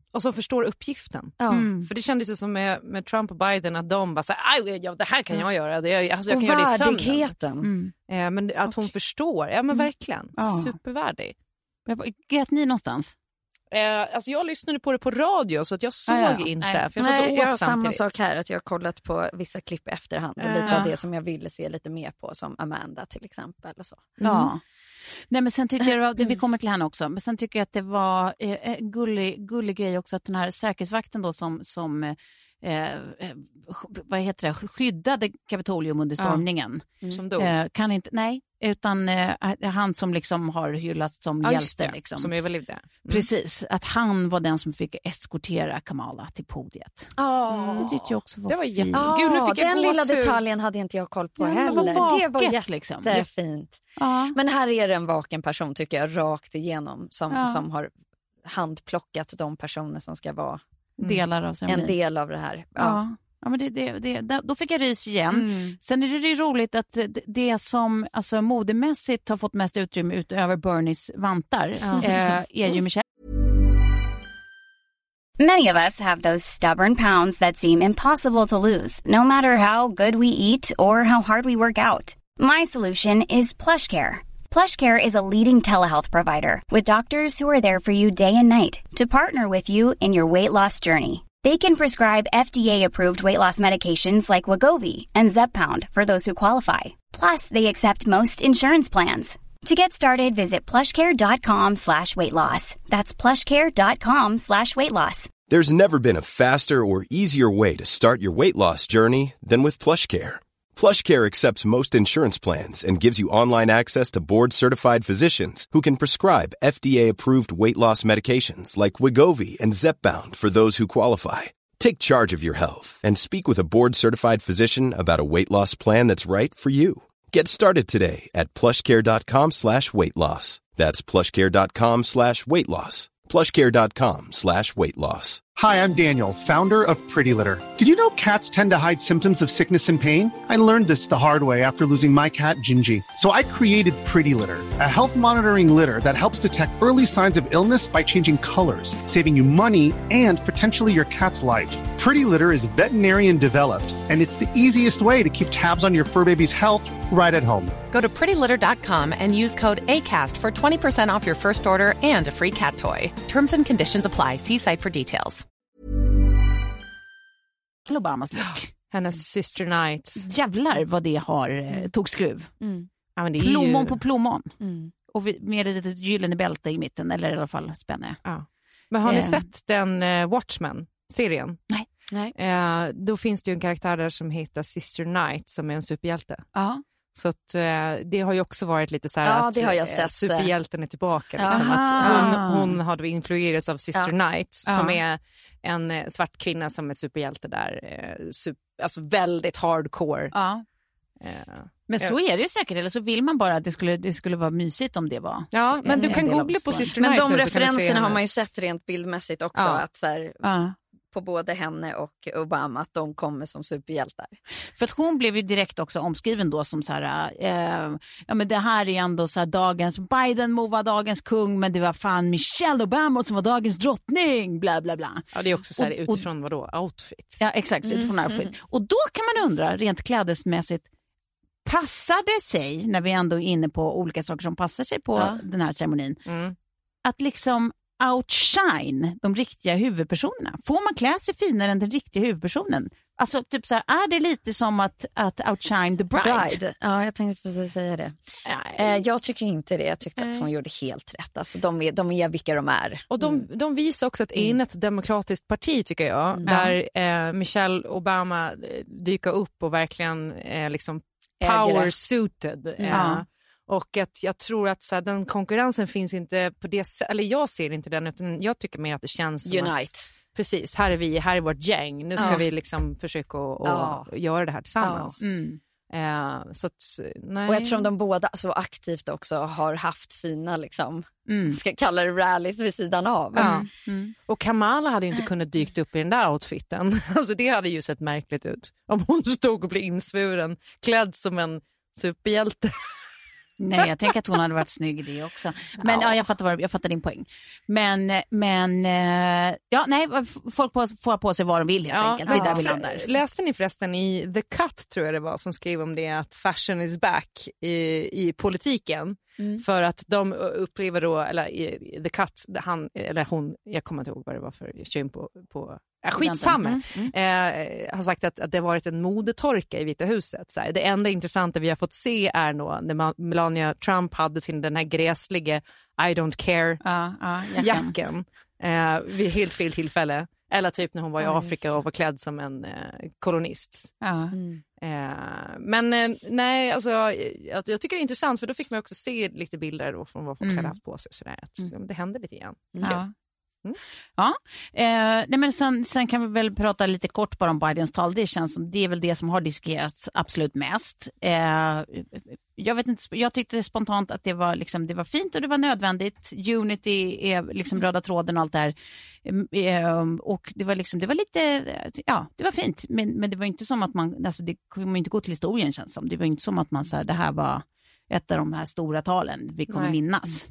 Och som förstår uppgiften. Ja. Mm. För det kändes ju som med, med Trump och Biden att de bara så här, ja, det här kan jag göra. Det, alltså, jag och kan göra det i värdigheten. Mm. Eh, men att hon och. förstår. Ja men verkligen. Ja. Supervärdig. Grät ni någonstans? Eh, alltså jag lyssnade på det på radio så att jag såg ah, ja. inte. Nej. För jag, Nej, jag har samtidigt. samma sak här. Att jag har kollat på vissa klipp i efterhand. Och lite ja. av det som jag ville se lite mer på. Som Amanda till exempel. Och så. Mm. Ja. Nej, men sen tyckte jag det, vi kommer till henne också. Men sen tycker jag att det var eh, gullig, gullig grej också. Att den här säkerhetsvakten då som... som Eh, vad heter det, skyddade Kapitolium under stormningen. Ja. Mm. Som dog. Eh, kan inte, nej, utan eh, han som liksom har hyllats som ja, hjälte. Liksom. Som överlevde. Mm. Precis, att han var den som fick eskortera Kamala till podiet. Oh. Det tyckte jag också var, det var fint. jätte... Oh, Gud, nu fick den jag lilla gåshud. detaljen hade inte jag koll på Ja, heller. det var, vaket, det var jättefint. Liksom. Ja. Men här är det en vaken person tycker jag rakt igenom som, ja. som har handplockat de personer som ska vara delar av en del av det här. Ja. Ja. Ja, men det, det, det, då fick jag rys igen. Mm. Sen är det ju roligt att det, det som alltså, modemässigt har fått mest utrymme utöver Bernies vantar Ja. eh, är ju Michelle. Many of us have those stubborn pounds that seem impossible to lose, no matter how good we eat or how hard we work out. My solution is PlushCare. PlushCare is a leading telehealth provider with doctors who are there for you day and night to partner with you in your weight loss journey. They can prescribe F D A-approved weight loss medications like Wegovy and Zepbound for those who qualify. Plus, they accept most insurance plans. To get started, visit plushcare.com slash weight loss. That's plushcare.com slash weight loss. There's never been a faster or easier way to start your weight loss journey than with PlushCare. PlushCare accepts most insurance plans and gives you online access to board-certified physicians who can prescribe F D A-approved weight loss medications like Wegovy and Zepbound for those who qualify. Take charge of your health and speak with a board-certified physician about a weight loss plan that's right for you. Get started today at plushcare.com slash weight loss. That's plushcare.com slash weight loss. plushcare.com slash weight loss. Hi, I'm Daniel, founder of Pretty Litter. Did you know cats tend to hide symptoms of sickness and pain? I learned this the hard way after losing my cat, Gingy. So I created Pretty Litter, a health monitoring litter that helps detect early signs of illness by changing colors, saving you money and potentially your cat's life. Pretty Litter is veterinarian developed, and it's the easiest way to keep tabs on your fur baby's health right at home. Go to pretty litter dot com and use code ACAST for twenty percent off your first order and a free cat toy. Terms and conditions apply. See site for details. Obamas look. Hennes Sister Night. Jävlar vad det har eh, tog skruv. Mm. Ja, men det är plommon ju... på plommon. Mm. Och vi, med ett litet gyllene bälte i mitten, eller i alla fall spänne. Ja. Men har ni eh. sett den eh, Watchmen-serien? Nej. Nej. Eh, då finns det ju en karaktär där som heter Sister Night som är en superhjälte. Ja. Så att, eh, det har ju också varit lite så här Ja, att det har jag eh, sett. superhjälten är tillbaka. Ja. Liksom, att Aha. hon, hon hade influerats av Sister Ja. Night Ja. som är en eh, svart kvinna som är superhjälte där. Eh, super, alltså väldigt hardcore. Ja. Eh, Men så är det ju säkert, eller så vill man bara att det skulle, det skulle vara mysigt om det var. ja, men en- du en kan del av googla på storyn. Sister Men Night de nu, så kan du se referenserna har man ju hennes- sett rent bildmässigt också. Ja. Att så här, Ja. på både henne och Obama att de kommer som superhjältar. För att hon blev ju direkt också omskriven då som så här, eh, ja men det här är ändå så här dagens, Biden må vara dagens kung, men det var fan Michelle Obama som var dagens drottning, bla bla bla. Ja, det är också så här, Och- och- utifrån vad då? Outfit. Ja, exakt, Mm. utifrån outfit. Och då kan man undra, rent klädesmässigt, passar det sig, när vi ändå är inne på olika saker som passar sig på Ja. den här ceremonin, Mm. att liksom outshine de riktiga huvudpersonerna? Får man klä sig finare än den riktiga huvudpersonen? Alltså typ så här, är det lite som att, att outshine the bride? Bride. Ja, jag tänkte precis säga det. Eh, jag tycker inte det. Jag tyckte att hon gjorde helt rätt. Alltså, de, är, de är vilka de är. Och de, de visar också ett enat demokratiskt parti tycker jag. Mm. Där eh, Michelle Obama eh, dyker upp och verkligen eh, liksom Äger det. power-suited. Eh, Ja. Och att jag tror att så här, den konkurrensen finns inte på det sättet. Eller jag ser inte den, utan jag tycker mer att det känns som Unite. att precis, här är vi, här är vårt gäng. Nu ska Ja. vi liksom försöka och, och Ja. göra det här tillsammans. Mm. Eh, så att, nej. Och eftersom de båda så aktivt också har haft sina, liksom, Mm. ska kalla det rallies vid sidan av. Ja. Mm. Och Kamala hade ju inte kunnat dykt upp i den där outfiten. Alltså det hade ju sett märkligt ut. Om hon stod och blev insvuren, klädd som en superhjälte. Nej, jag tänker att hon hade varit snygg i det också. Men ja, ja jag, fattar vad, jag fattar din poäng. Men, men ja, nej, folk på, får på sig vad de vill helt ja, enkelt. Det är där vi landar. Läste ni förresten i The Cut, tror jag det var, som skrev om det, att fashion is back i, i politiken. Mm. För att de upplever då, eller i The Cut, han, eller hon, jag kommer inte ihåg vad det var för kön på, på ja, skitsamma, mm. Mm. Eh, har sagt att, att det har varit en modetorka i Vita huset. Så här, det enda intressanta vi har fått se är nog när Melania Trump hade sin den här gräsliga I don't care ja, ja, jacken eh, vid helt fel tillfälle. Eller typ när hon var i ja, Afrika och var klädd som en eh, kolonist. Ja. Mm. Eh, men eh, nej, alltså jag, jag tycker det är intressant, för då fick man också se lite bilder då från vad folk mm. hade haft på sig. Sådär, att mm. det hände lite igen. Ja. Mm. Ja, eh, nej men sen, sen kan vi väl prata lite kort bara om Bidens tal. Det känns som det är väl det som har diskuterats absolut mest. Eh, jag vet inte, jag tyckte spontant att det var liksom, det var fint och det var nödvändigt. Unity är liksom röda tråden och allt där. Eh, och det var liksom, det var lite, ja, det var fint. Men, men det var inte som att man, alltså det kommer inte gå till historien, känns som. Det var inte som att man så här, det här var ett av de här stora talen vi kommer Nej. minnas.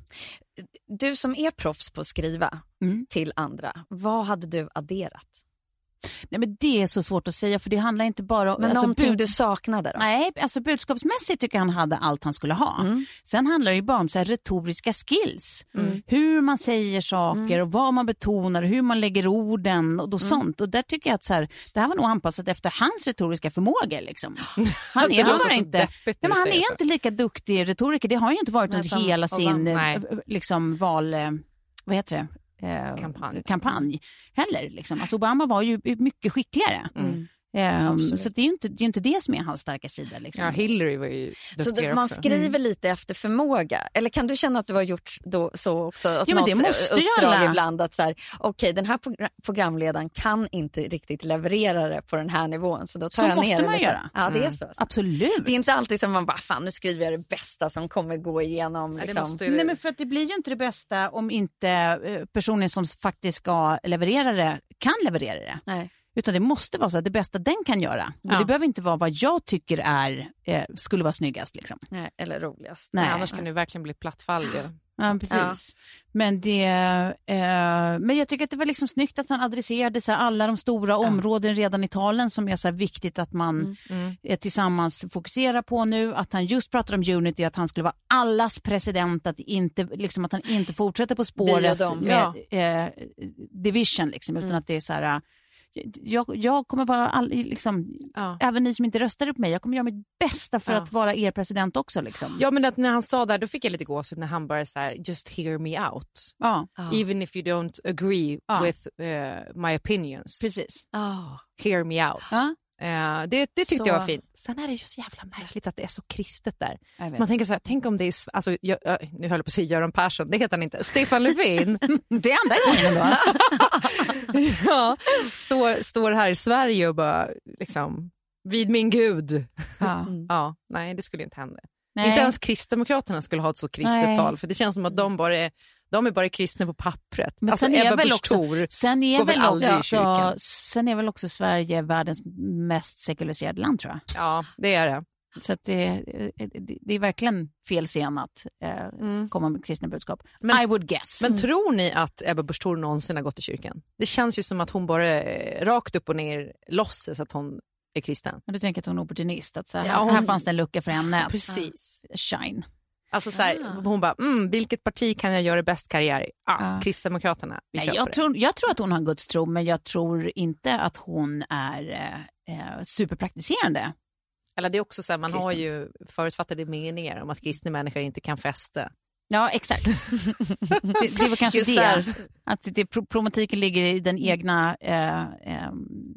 Du som är proffs på att skriva mm. till andra, vad hade du adderat? Nej, men det är så svårt att säga, för det handlar inte bara om... Men alltså, någonting bud- du saknade då? Nej, alltså budskapsmässigt tycker jag han hade allt han skulle ha. Mm. Sen handlar det ju bara om så här retoriska skills. Mm. Hur man säger saker mm. och vad man betonar, hur man lägger orden och då mm. sånt. Och där tycker jag att så här, det här var nog anpassat efter hans retoriska förmåga. Liksom. Han är, bara inte, nej, men han är inte lika duktig retoriker. Det har ju inte varit under som, hela sin eh, liksom, val... Eh, vad heter det? Eh, kampanj. kampanj heller. Liksom. Alltså Obama var ju mycket skickligare. Mm. Um, så det är ju inte det, är inte det som är hans starka sida. Liksom. Ja, Hillary var ju så det, man skriver mm. lite efter förmåga. Eller kan du känna att du har gjort då, så också? Att ja, men det måste uppdrag göra. Ibland att så här, okej, okay, den här progr- programledaren kan inte riktigt leverera det på den här nivån. Så då tar så jag måste ner man lite. göra. Ja, det är mm. så. Absolut. Det är inte alltid som man bara, fan nu skriver jag det bästa som kommer gå igenom. Ja, liksom. det Nej, men för att det blir ju inte det bästa om inte personen som faktiskt ska leverera det kan leverera det. Nej. Utan det måste vara så att det bästa den kan göra. Ja. Och det behöver inte vara vad jag tycker är eh, skulle vara snyggast. Liksom. Nej, eller roligast. Nej. Nej, annars kan det verkligen bli plattfall. Ja, ja precis. Ja. Men, det, eh, men jag tycker att det var liksom snyggt att han adresserade så här, alla de stora ja. områden redan i talen som är så här viktigt att man mm. eh, tillsammans fokuserar på nu. Att han just pratar om unity, att han skulle vara allas president. Att, inte, liksom, att han inte fortsätter på spåret med ja. eh, division. Liksom, utan mm. att det är så här... Jag, jag kommer vara all, liksom, ja. även ni som inte röstade på mig, jag kommer göra mitt bästa för ja. att vara er president också. Liksom. Ja, men att när han sa där, då fick jag lite gåshud när han bara så här, just hear me out. Ja. Even if you don't agree ja. with uh, my opinions. Precis. Oh. Hear me out. Ja. Uh, det, det tyckte så... jag var fint. Sen är det ju så jävla märkligt att det är så kristet där. Man tänker så här, tänk om det är, alltså, jag, nu höll jag på att säga Göran Persson, det heter han inte, Stefan Löfven. Det är andra gången då. Ja, står, står här i Sverige och bara liksom, vid min gud. Ja. Mm. Ja, nej, det skulle inte hända. Nej. Inte ens Kristdemokraterna skulle ha ett så kristet tal, för det känns som att de bara är De är bara kristna på pappret. Men alltså sen är Ebba väl Busch också, Thor sen är väl också, också sen är väl också Sverige världens mest sekulariserade land, tror jag. Ja, det är det. Så att det, det, det är verkligen fel scen att eh, mm. komma med kristna budskap. Men, I would guess. Men tror ni att Ebba Busch Thor någonsin har gått i kyrkan? Det känns ju som att hon bara eh, rakt upp och ner låtsas att hon är kristen. Men du tänker att hon är opportunist, att så här, ja, hon... här fanns det en lucka för henne. Precis. Shine. Alltså så här, ah. hon bara, mm, vilket parti kan jag göra bäst karriär i? Ah, ah. Kristdemokraterna, vi Nej, jag, tror, jag tror att hon har en gudstro, men jag tror inte att hon är eh, superpraktiserande. Eller det är också så här, man kristna. har ju förutfattade meningar om att kristna människor inte kan festa. Ja, exakt. det, det var kanske Just det. Där. Att det, problematiken ligger i den egna eh, eh,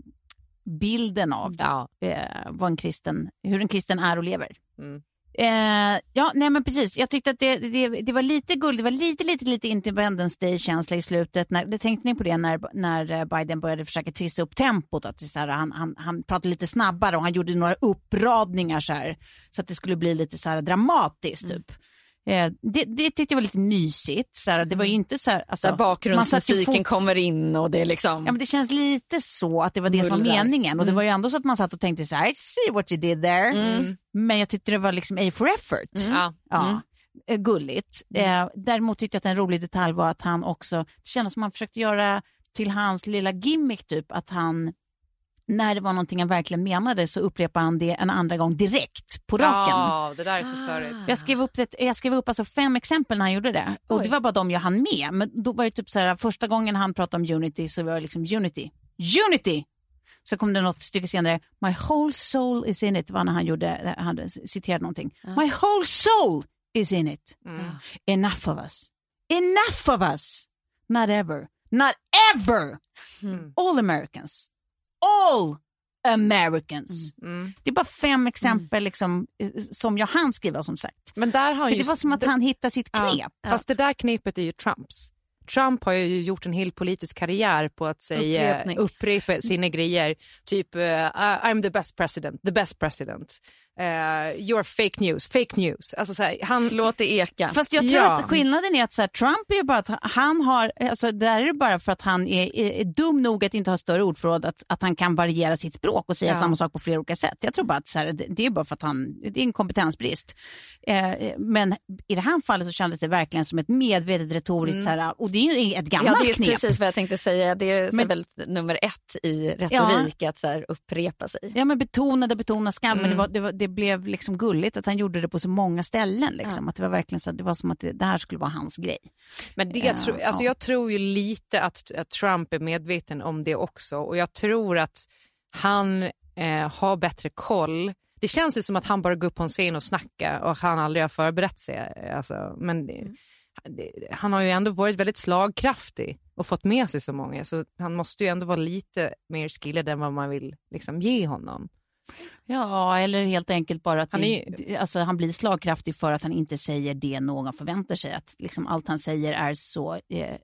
bilden av ja. eh, vad en kristen, hur en kristen är och lever. Mm. Eh, ja, nej men precis. Jag tyckte att det, det, det var lite guld, det var lite, lite, lite Independence Day-känsla i slutet. När, det tänkte ni på det när, när Biden började försöka trissa upp tempot. Att det så här, han, han, han pratade lite snabbare och han gjorde några uppradningar så här. Så att det skulle bli lite så här dramatiskt typ. Eh, det, det tyckte jag var lite mysigt. Såhär, det var ju inte så här, alltså, där bakgrundsmusiken fot- kommer in och det är liksom... Ja, men det känns lite så att det var det som var meningen. Och det var ju ändå så att man satt och tänkte så här, I see what you did there. Mm. Men jag tyckte det var liksom A for effort. Mm. Ja. Ja. Mm. Gulligt. Eh, däremot tyckte jag att en rolig detalj var att han också, det kändes som han försökte göra till hans lilla gimmick typ, att han, när det var någonting han verkligen menade så upprepade han det en andra gång direkt på raken. Ja, det där är så störigt. Jag skrev upp, ett, jag skrev upp alltså fem exempel när han gjorde det. Och Oj. Det var bara de jag hann med. Men då var det typ så här, första gången han pratade om unity så var det liksom unity. Unity! Så kom det något stycke senare, my whole soul is in it, var när han gjorde, han citerade någonting. Ja. My whole soul is in it. Mm. Enough of us. Enough of us. Not ever. Not ever. Mm. All Americans. All Americans. Mm. Mm. Det är bara fem exempel mm. liksom, som jag hann skriva som sagt. Men där har det just, var som att det, han hittar sitt knep. Ja, fast det där knepet är ju Trumps. Trump har ju gjort en hel politisk karriär på att säga, upprepa sina grejer. Typ, uh, I'm the best president, the best president. Uh, you're fake news, fake news. Alltså, så här, han låter eka. Fast jag tror ja. att skillnaden är att så här, Trump är ju bara att han har, alltså där är det bara för att han är, är, är dum nog att inte ha större ordförråd, att, att han kan variera sitt språk och säga ja. samma sak på flera olika sätt. Jag tror bara att så här, det, det är bara för att han, det är en kompetensbrist. Eh, men i det här fallet så kändes det verkligen som ett medvetet retoriskt mm. så här, och det är ju ett gammalt knep. Ja, det är knep. Precis vad jag tänkte säga. Det är men, väl nummer ett i retorik ja. att så här, upprepa sig. Ja, men betonade, betona skall, mm. men det var, det var det blev liksom gulligt att han gjorde det på så många ställen liksom. Ja. Att det var verkligen så, det var som att det, det här skulle vara hans grej. Men det jag, tro, alltså jag tror ju lite att, att Trump är medveten om det också, och jag tror att han eh, har bättre koll. Det känns ju som att han bara går upp på en scen och snackar och han aldrig har förberett sig alltså, men det, det, han har ju ändå varit väldigt slagkraftig och fått med sig så många, så han måste ju ändå vara lite mer skillad än vad man vill liksom ge honom. Ja, eller helt enkelt bara att han, är, alltså, han blir slagkraftig för att han inte säger det någon förväntar sig. Att liksom allt han säger är så, eh,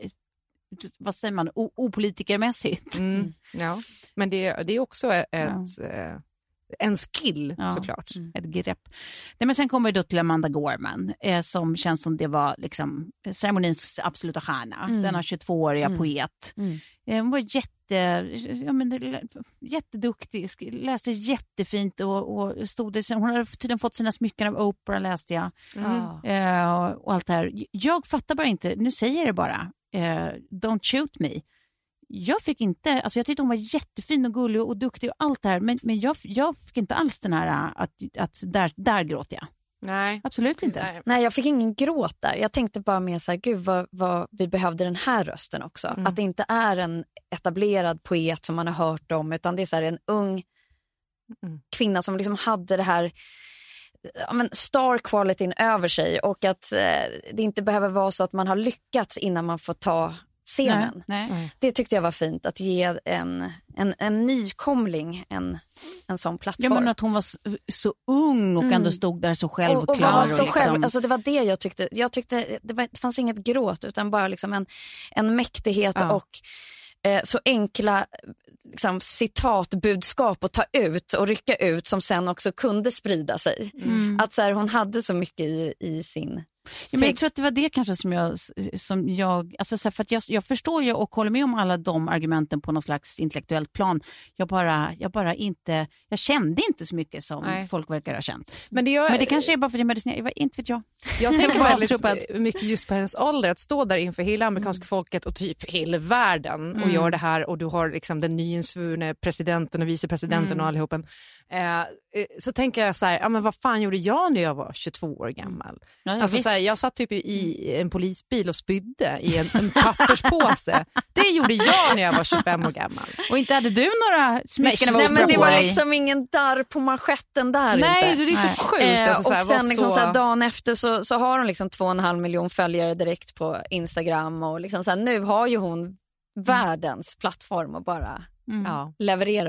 vad säger man, o- opolitikermässigt. Mm, ja, men det, det är också ett, ja. eh, en skill ja, såklart. Mm. Ett grepp. Nej, men sen kommer vi då till Amanda Gorman eh, som känns som det var liksom ceremonins absoluta stjärna. Mm. Denna tjugotvååriga mm. poet. Mm. Eh, hon var jätte, ja, men, jätteduktig, läste jättefint och, och stod det, hon hade tydligen fått sina smycken av Oprah, läste jag. Mm. Eh, och, och allt det här. Jag fattar bara inte, nu säger jag det bara, eh, don't shoot me. Jag fick inte, alltså jag tyckte hon var jättefin och gullig och duktig och allt det här, men, men jag, jag fick inte alls den här att, att där, där gråter jag. Nej. Absolut inte. Nej. Nej, jag fick ingen gråt där. Jag tänkte bara mer så här, gud vad, vad vi behövde den här rösten också. Mm. Att det inte är en etablerad poet som man har hört om, utan det är så här en ung mm. kvinna som liksom hade det här, ja, men star qualityn över sig, och att eh, det inte behöver vara så att man har lyckats innan man får ta scenen. Nej, nej. Det tyckte jag var fint, att ge en, en, en nykomling en, en sån plattform. Ja, men att hon var så, så ung och mm. ändå stod där så självklar. Och, och var så och liksom... själv, alltså det var det jag tyckte. Jag tyckte det, var, det fanns inget gråt, utan bara liksom en, en mäktighet ja. och eh, så enkla liksom, citatbudskap att ta ut och rycka ut som sen också kunde sprida sig. Mm. Att så här, hon hade så mycket i, i sin... Ja, men jag tror att det var det kanske som jag, som jag alltså så för att jag, jag förstår ju och håller med om alla de argumenten på någon slags intellektuellt plan. Jag bara, jag bara inte, jag kände inte så mycket som Nej. folk verkar ha känt. Men det, jag, men det kanske är bara för att jag medicinerar, jag vet inte vet jag. Jag tänker väldigt att... mycket just på hennes ålder, att stå där inför hela amerikanska mm. folket och typ hela världen och mm. göra det här, och du har liksom den nyinsvurne presidenten och vicepresidenten mm. och allihopen. Eh, så tänker jag så här, ja, men vad fan gjorde jag när jag var tjugotvå år gammal? Ja, alltså, så här, jag satt typ i en polisbil och spydde i en, en papperspåse. Det gjorde jag när jag var tjugofem år gammal. Och inte hade du några smycken? Nej, men det var liksom ingen där på manschetten där. Nej, inte. det är så Nej. sjukt. Eh, alltså, så här, och sen liksom, så... så här, dagen efter så, så har hon liksom två och en halv miljon följare direkt på Instagram, och liksom, så här, nu har ju hon mm. världens plattform att bara mm. ja, leverera på.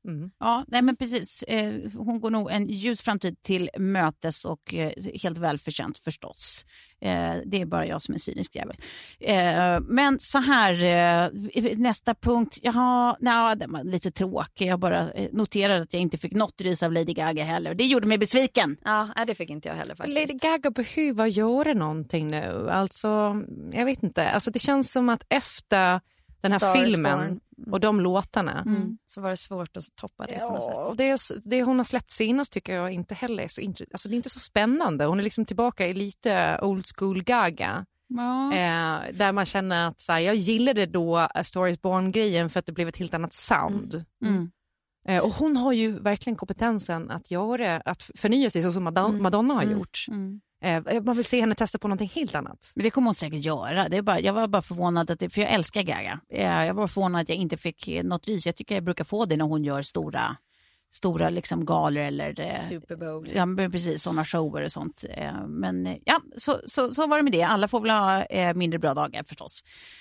Mm. Ja, nej men precis. Eh, hon går nog en ljus framtid till mötes och eh, helt välförtjänt förstås. Eh, det är bara jag som är cynisk jävel. Eh, men så här, eh, nästa punkt. Jaha, nej, det var lite tråkig. Jag bara eh, noterade att jag inte fick något rys av Lady Gaga heller. Det gjorde mig besviken. Ja, det fick inte jag heller faktiskt. Lady Gaga behöver göra någonting nu. Alltså, jag vet inte. Alltså, det känns som att efter den här Star filmen mm. och de låtarna. Mm. Så var det svårt att toppa det ja, på något sätt. Det, är, det hon har släppt senast tycker jag inte heller är så intressant. Alltså, det är inte så spännande. Hon är liksom tillbaka i lite old school Gaga. Ja. Eh, där man känner att så här, jag gillade då A Star Is Born-grejen för att det blev ett helt annat sound. Mm. Mm. Eh, och hon har ju verkligen kompetensen att göra, att förnya sig så som Madonna, mm. Madonna har mm. gjort. Mm. Eh, man vill se henne testa på någonting helt annat. Men det kommer hon säkert göra. Det är bara, jag var bara förvånad, att det, för jag älskar Gaga. Jag var förvånad att jag inte fick något ris. Jag tycker jag brukar få det när hon gör stora, stora liksom galor eller Super Bowl. Ja, precis, sådana shower och sånt. Men ja, så, så, så var det med det. Alla får väl ha mindre bra dagar förstås.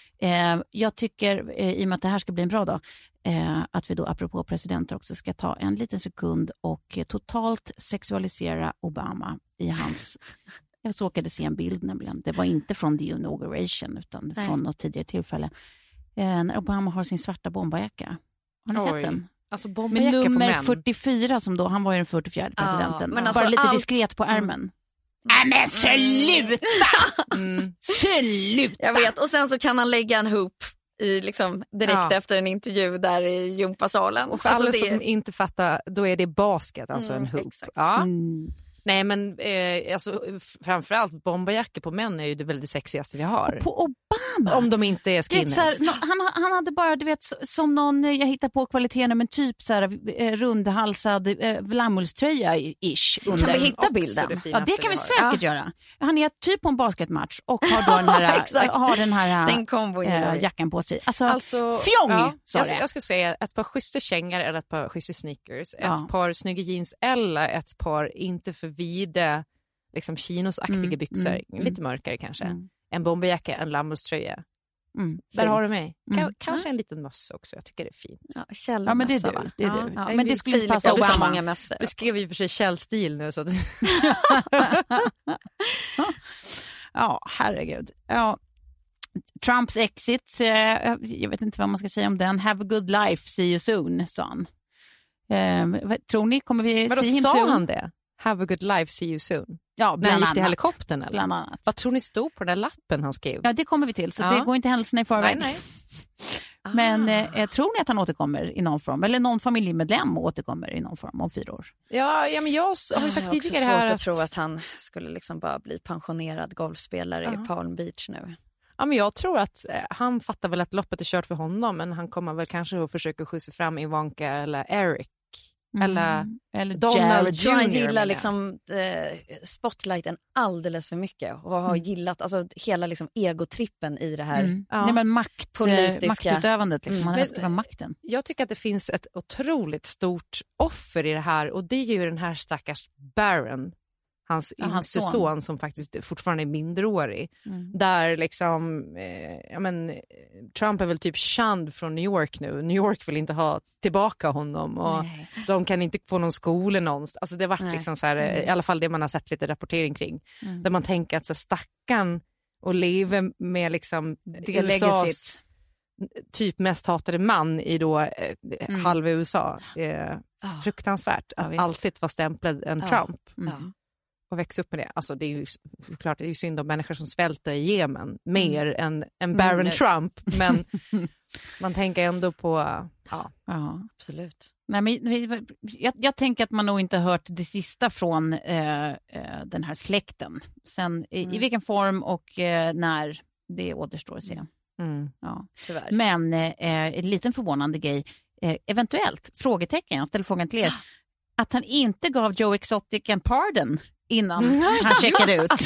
Jag tycker, i och med att det här ska bli en bra dag, att vi då apropå presidenter också ska ta en liten sekund och totalt sexualisera Obama i hans... Jag såkade se en bild nämligen. Det var inte från the inauguration utan Nej. från något tidigare tillfälle. När Obama har sin svarta bomberjacka. Har ni Oj. sett den? Alltså med nummer fyrtiofyra som då, han var ju den fyrtiofjärde presidenten. Ja, men alltså bara lite allt... diskret på ärmen. Mm. Nej men sluta! Mm. Sluta! Jag vet, och sen så kan han lägga en hoop i liksom direkt ja. efter en intervju där i gympasalen. Och för alltså alla det... som inte fattar, då är det basket, alltså mm, en hoop. Exakt. Ja. Mm. Nej men eh, alltså, framförallt bomberjackor på män är ju det väldigt sexigaste vi har. Och på Obama? Om de inte är skinheads. Vet, så här, han, han hade bara, du vet, som någon, jag hittar på kvaliteten, men typ så här eh, rundhalsad eh, lammullströja-ish. Kan vi hitta bilden? Det ja, det kan vi säkert ja. göra. Han är typ på en basketmatch och har då den här, har den här den kombo, äh, jackan på sig. Alltså, alltså fjong! Ja, så jag, det. jag skulle säga ett par schyssta kängor eller ett par schyssta sneakers. Ja. Ett par snygga jeans eller ett par inte för vida liksom chinosaktiga mm, byxor. Mm, lite mörkare kanske. Mm. En bomberjacka, en lammuströja. Mm, Där fint. har du mig. Mm. K- kanske en liten mössa också. Jag tycker det är fint. Ja, Kjell ja men det är du. Det är ja, du. ja, men det skulle passa Obama. så många mössor. Det skrev ju för sig Kjell-stil nu. Så att... ja, herregud. Ja. Trumps exit, eh, jag vet inte vad man ska säga om den. Have a good life, see you soon, sa han. Eh, tror ni, kommer vi men see him sa soon? han det? Have a good life, see you soon. Ja, när han gick till annat. helikoptern eller? Bland annat. Vad tror ni stod på den där lappen han skrev? Ja, det kommer vi till, så ja. det går inte händelserna i förväg. Nej, nej. Men eh, tror ni att han återkommer i någon form? Eller någon familjemedlem återkommer i någon form om fyra år? Ja, ja men jag har ju sagt jag tidigare här här att... att... tro att han skulle liksom bara bli pensionerad golfspelare uh-huh. i Palm Beach nu. Ja, men jag tror att eh, han fattar väl att loppet är kört för honom, men han kommer väl kanske att försöka skjutsa fram Ivanka eller Eric. Mm. Eller, eller Donald Junior Han gillar liksom eh, spotlighten alldeles för mycket och har mm. gillat alltså, hela liksom, egotrippen i det här mm. ja. Nej, men makt, politiska maktutövandet. Liksom. Mm. Han älskar makten. Jag tycker att det finns ett otroligt stort offer i det här, och det är ju den här stackars Barron. Hans ja, yngste son. son som faktiskt fortfarande är minderårig. Mm. Där liksom, eh, ja men, Trump är väl typ känd från New York nu. New York vill inte ha tillbaka honom. Och Nej. de kan inte få någon skola någonstans. Alltså det har varit liksom så här, mm. i alla fall det man har sett lite rapportering kring. Mm. Där man tänker att så stackarn och leva med liksom det U S A's typ mest hatade man i då eh, mm. halva U S A. Eh, oh. Fruktansvärt att ja, alltid vara stämplad en oh. Trump. Mm. Och växa upp med det. Alltså det är ju såklart, det är ju synd om människor som svälter i Jemen mer mm. än, än Barron mm. Trump, men man tänker ändå på ja, ja. absolut. Nej, men jag, jag tänker att man nog inte har hört det sista från eh, eh, den här släkten. Sen i, mm. i vilken form och eh, när, det återstår att se. Mm. Ja. Tyvärr. Men eh, en liten förvånande grej, eh, eventuellt, frågetecken, jag ställer frågan till er, att han inte gav Joe Exotic en pardon innan mm, han checkade ut.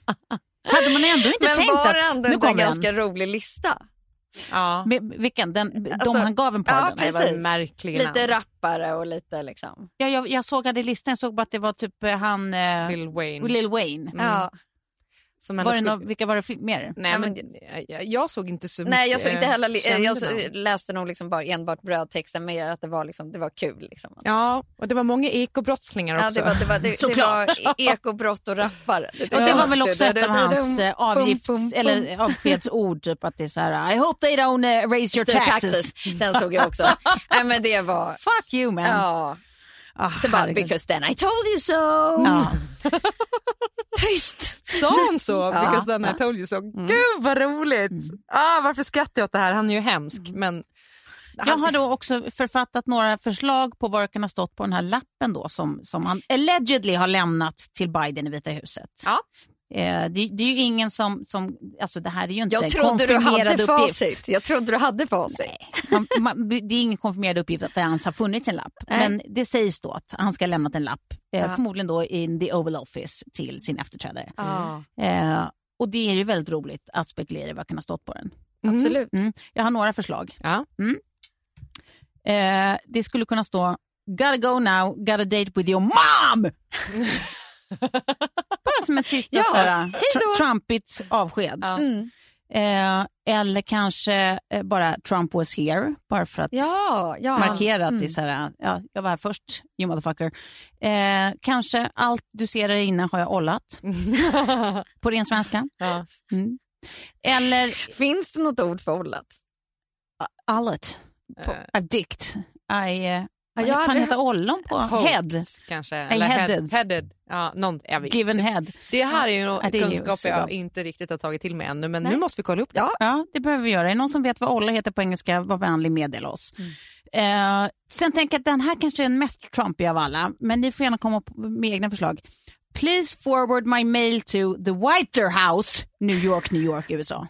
Hade man ändå inte men tänkt att... Men var det ändå en ganska rolig lista? Ja. Men, vilken? Den, alltså, de han gav en pardon? Ja, precis. Märkliga lite namn. rappare och lite liksom... Ja, jag, jag såg att det listan, jag såg bara att det var typ han... Lil Wayne. Lil Wayne. Mm. Ja. Som var det skulle... någon, vilka var det mer? Nej, ja, men, jag, jag såg inte så mycket. Nej, jag såg inte heller. Jag så, läste nog liksom bara enbart brödtexten mer att det var, liksom, det var kul. Liksom. Ja, och det var många ekobrottslingar också. Ja, det var, det var, det, det var ekobrott och rappare. Det, det, och det var väl också ett av hans avgifts, bum, bum, bum. eller avskedsord, typ att det är så här, I hope they don't uh, raise your taxes. taxes. Den såg jag också. Nej, men det var... Fuck you, man. Ja. Oh, så bara, because then I told you so. Ja. Tyst. Sa han så? Because ja. then I told you so. Mm. Gud vad roligt. Mm. Ah, varför skrattar jag åt det här? Han är ju hemsk. Mm. Men han... Jag har då också författat några förslag på vad det kan ha stått på den här lappen då, som, som han allegedly har lämnat till Biden i Vita huset. Ja. Eh, det, det är ju ingen som, som alltså det här är ju inte jag trodde konfirmerad du hade uppgift. Facit. Jag trodde du hade facit. Nej, man, man, det är ingen konfirmerad uppgift att det ens har funnits en lapp. Nej. Men det sägs då att han ska ha lämnat en lapp, eh, ja. förmodligen då in the Oval Office till sin efterträdare. Ja. Eh, och det är ju väldigt roligt att spekulera vad kan ha stått på den. Mm. Absolut. Mm. Jag har några förslag. Ja. Mm. Eh, det skulle kunna stå gotta go now, gotta date with your mom! Bara som ett sista ja, såhär, tr- Trumpigt avsked. Ja. Mm. Eh, eller kanske eh, bara Trump was here, bara för att ja, ja. markera att mm. det är såhär, ja, jag var här först, you motherfucker. Eh, kanske allt du ser där inne har jag ollat. På ren svenska. Ja. Mm. Eller... Finns det något ord för ollat? Allet. Uh. Addict. I... Uh, Ja, jag kan aldrig... heta ollon på Host, head. Kanske. Eller headed. headed. Ja, någon, Given head. Det här är ju ja, är kunskap ju jag inte riktigt har tagit till mig ännu. Men Nej. nu måste vi kolla upp det. Ja, ja, det behöver vi göra. Är det någon som vet vad olla heter på engelska? Var vänlig, meddela oss. Mm. Eh, sen tänker jag att den här kanske är den mest Trumpy av alla. Men ni får gärna komma med egna förslag. Please forward my mail to the White House, New York, New York, U S A.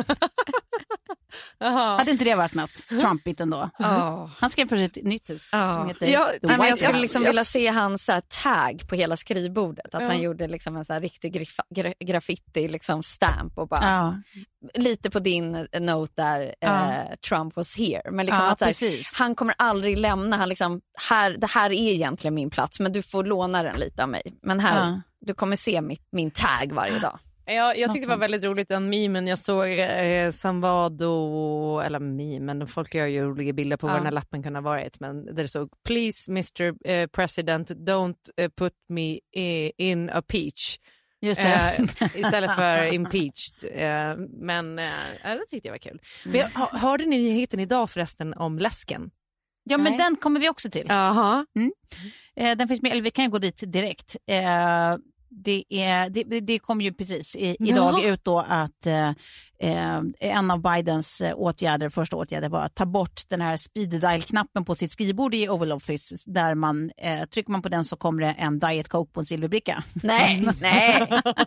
Hade inte det varit något Trumpigt ändå? Oh. Han skrev för sitt nytt hus oh. som heter ja, The nej, White Jag skulle House. liksom yes. vilja se hans så här, tag på hela skrivbordet. Att ja. han gjorde liksom en så här, riktig grif- gra- graffiti liksom, stamp och bara Ja. lite på din note där Ja. eh, Trump was here. Men liksom Ja, att, så här, han kommer aldrig lämna. Han liksom, här, det här är egentligen min plats, men du får låna den lite av mig. Men här, Ja. du kommer se mitt, min tag varje dag. Ja, jag tyckte det var väldigt roligt den memen jag såg eh, som var då, eller memen, folk gör ju roliga bilder på ja. vad den här lappen kunde ha varit, men där det såg please mister Uh, President don't uh, put me i, in a peach. Just det. Uh, istället för impeached. Uh, men uh, det tyckte jag var kul. Mm. Men jag, hörde ni nyheten idag förresten om läsken? Ja, men Nej. den kommer vi också till. Jaha. Mm. Eh, den finns med, eller vi kan gå dit direkt. Eh, Det, är, det, det kom ju precis i, idag ja. ut då att eh, en av Bidens åtgärder, första åtgärder var att ta bort den här speed dial-knappen på sitt skrivbord i Oval Office där man, eh, trycker man på den så kommer det en Diet Coke på en silverbricka. Nej, nej.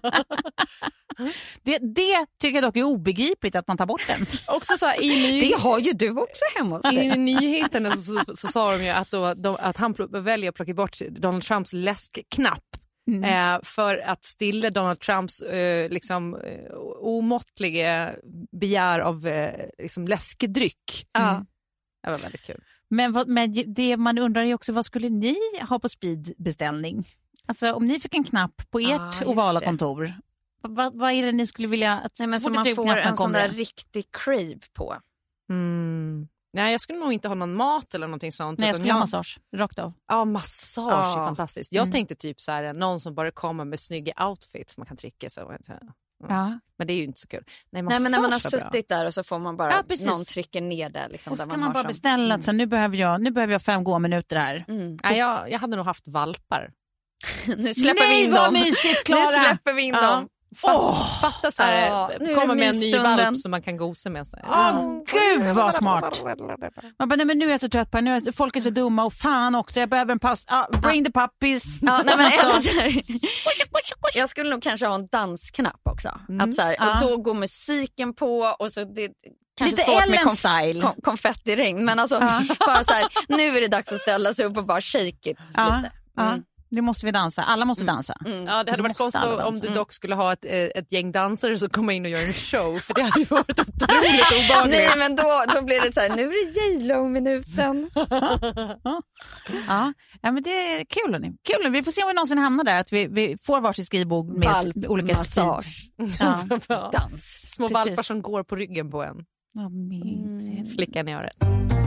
det, det tycker jag dock är obegripligt att man tar bort den. Också så här, i ny... Det har ju du också hemma hos dig. I nyheterna så, så, så sa de ju att, då, de, att han väljer att plocka bort Donald Trumps läskknapp. Mm. Eh, för att stilla Donald Trumps eh, liksom, eh, omåttliga begär av eh, liksom läskedryck. Mm. Det var väldigt kul. Men, vad, men det man undrar ju också, vad skulle ni ha på speedbeställning? Alltså om ni fick en knapp på ert ah, ovala kontor, vad, vad är det ni skulle vilja att Nej, men så man får en sån där riktig crave på? Mm. Nej, jag skulle nog inte ha någon mat eller någonting sånt. Nej, jag skulle jag... ha massage, rakt av. Ja, massage ja. är fantastiskt. Jag mm. tänkte typ så här, någon som bara kommer med snygga outfits man kan trycka så. Ja. Ja. Men det är ju inte så kul. Nej, Nej men när man har suttit där och så får man bara, ja, någon trycker ner där. Liksom, och så där kan man, man bara som... beställa, mm. så nu behöver jag, nu behöver jag fem gå-minuter här. Mm. Ja, jag, jag hade nog haft valpar. nu släpper Nej, vi in vad dem. Mysigt, Clara. Nu släpper vi in ja. dem. Fatt, oh, fatta så här, oh, komma med en ny valp som man kan gosa med sig. Åh, oh, gud vad smart. Man bara, nej, men nu är jag så trött på det. Nu är jag, folk är så dumma och fan också. Jag behöver en paus. Ah, bring the puppies. Ja, nej, men, så här, jag skulle nog kanske ha en dansknapp också. Mm. Att så här, och då går musiken på och så det kanske lite svårt med konf- konf- konfettiregn. Men alltså, bara så här, nu är det dags att ställa sig upp och bara shake it ja, lite. ja. Mm. det måste vi dansa. Alla måste dansa. Mm. Mm. Ja, det hade varit konstigt om du dock skulle ha ett, ett gäng dansare som kommer in och gör en show. För det hade ju varit otroligt obehagligt. Nej, men då, då blir det så här, nu är det J-Lo-minuten. ja. ja, men det är kul. Hörni. Kul. Vi får se om vi någonsin hamnar där. Att vi, vi får varsitt skrivbord med Valp, olika speed. Ja. Dans. Små Precis. valpar som går på ryggen på en. Ja, mm. Slicka ner öret.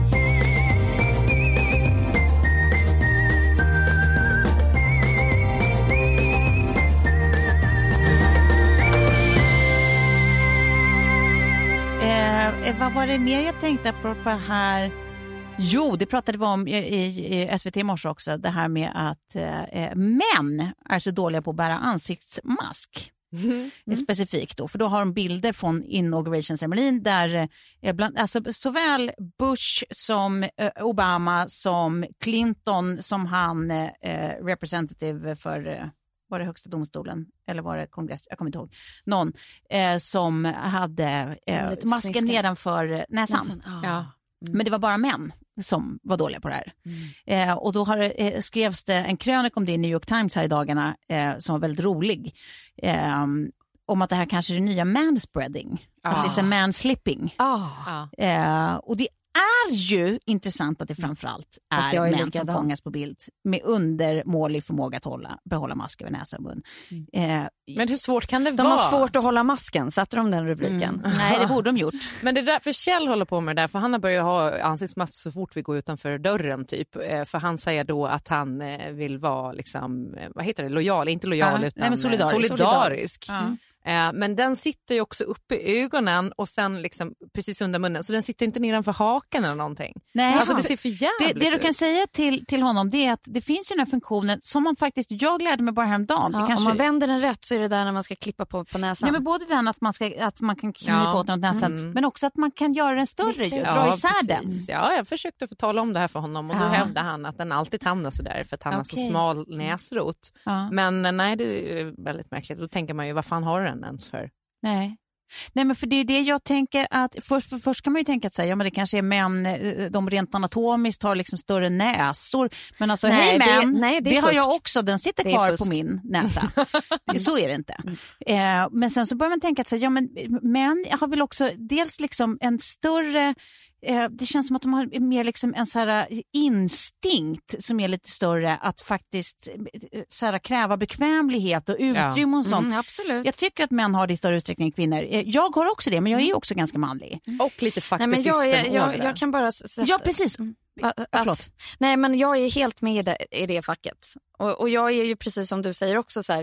Eh, vad var det mer jag tänkte på här? Jo, det pratade vi om i, i, i S V T i morse också. Det här med att eh, män är så dåliga på att bära ansiktsmask. Mm. Specifikt då, för då har de bilder från inauguration-ceremonin där eh, bland, alltså, såväl Bush som eh, Obama som Clinton som han eh, representative för eh, var det högsta domstolen eller var det kongress, jag kommer inte ihåg, någon eh, som hade eh, masken nedanför näsan. näsan. Oh. Ja. Mm. Men det var bara män som var dåliga på det här. Mm. Eh, och då har det, eh, skrevs det en krönik om det i New York Times här i dagarna eh, som var väldigt rolig. Eh, om att det här kanske är det nya manspreading. Ah. Att det är manslipping. Ah. Eh, och det är ju intressant att det framförallt är, är män likadan. Som fångas på bild med undermålig förmåga att hålla, behålla mask över näsa och mun. Mm. Eh, Men hur svårt kan det de vara? De har svårt att hålla masken, satte de den rubriken? Mm. Nej, det borde de gjort. Men det är därför Kjell håller på med det där, för han har börjat ha ansiktsmask så fort vi går utanför dörren typ. Eh, för han säger då att han eh, vill vara liksom, eh, vad heter det, lojal, inte lojal ja. utan Nej, men solidarisk. solidarisk. Ja. Men den sitter ju också uppe i ögonen och sen liksom precis under munnen. Så den sitter inte nedanför hakan eller någonting. Nej, alltså det ser för jävligt det, det du kan säga till, till honom det är att det finns ju den här funktionen som man faktiskt, jag lärde mig bara häromdagen. Ja, det kanske... Om man vänder den rätt så är det där när man ska klippa på, på näsan. Nej, men både den att man, ska, att man kan knipa ja. åt den åt näsan mm. men också att man kan göra den större ju, ja, dra isär den. Ja, jag försökte få tala om det här för honom och då ja. hävdade han att den alltid hamnar så där för att han okay. har så smal näsrot. Ja. Men nej, det är väldigt märkligt. Då tänker man ju, vad fan har den ens för? Nej. Nej, men för det är det jag tänker att först, för först kan man ju tänka att säga, ja, men det kanske är män, de rent anatomiskt har liksom större näsor, men alltså nej, hej män, det, nej, det, det har jag också, den sitter kvar på min näsa. Så är det inte. Eh, men sen så börjar man tänka att säga, ja, men män har väl också dels liksom en större det känns som att de har mer liksom en så här instinkt som är lite större att faktiskt så här kräva bekvämlighet och utrymme och sånt. Mm, absolut. Jag tycker att män har det i större utsträckning än kvinnor. Jag har också det, men jag är också ganska manlig. Mm. Och lite faktiskt. Nej, men jag, jag, jag, jag kan bara sätta... Ja, precis. Att, att, nej, men jag är helt med i det, i det facket. Och, och jag är ju precis som du säger också så här...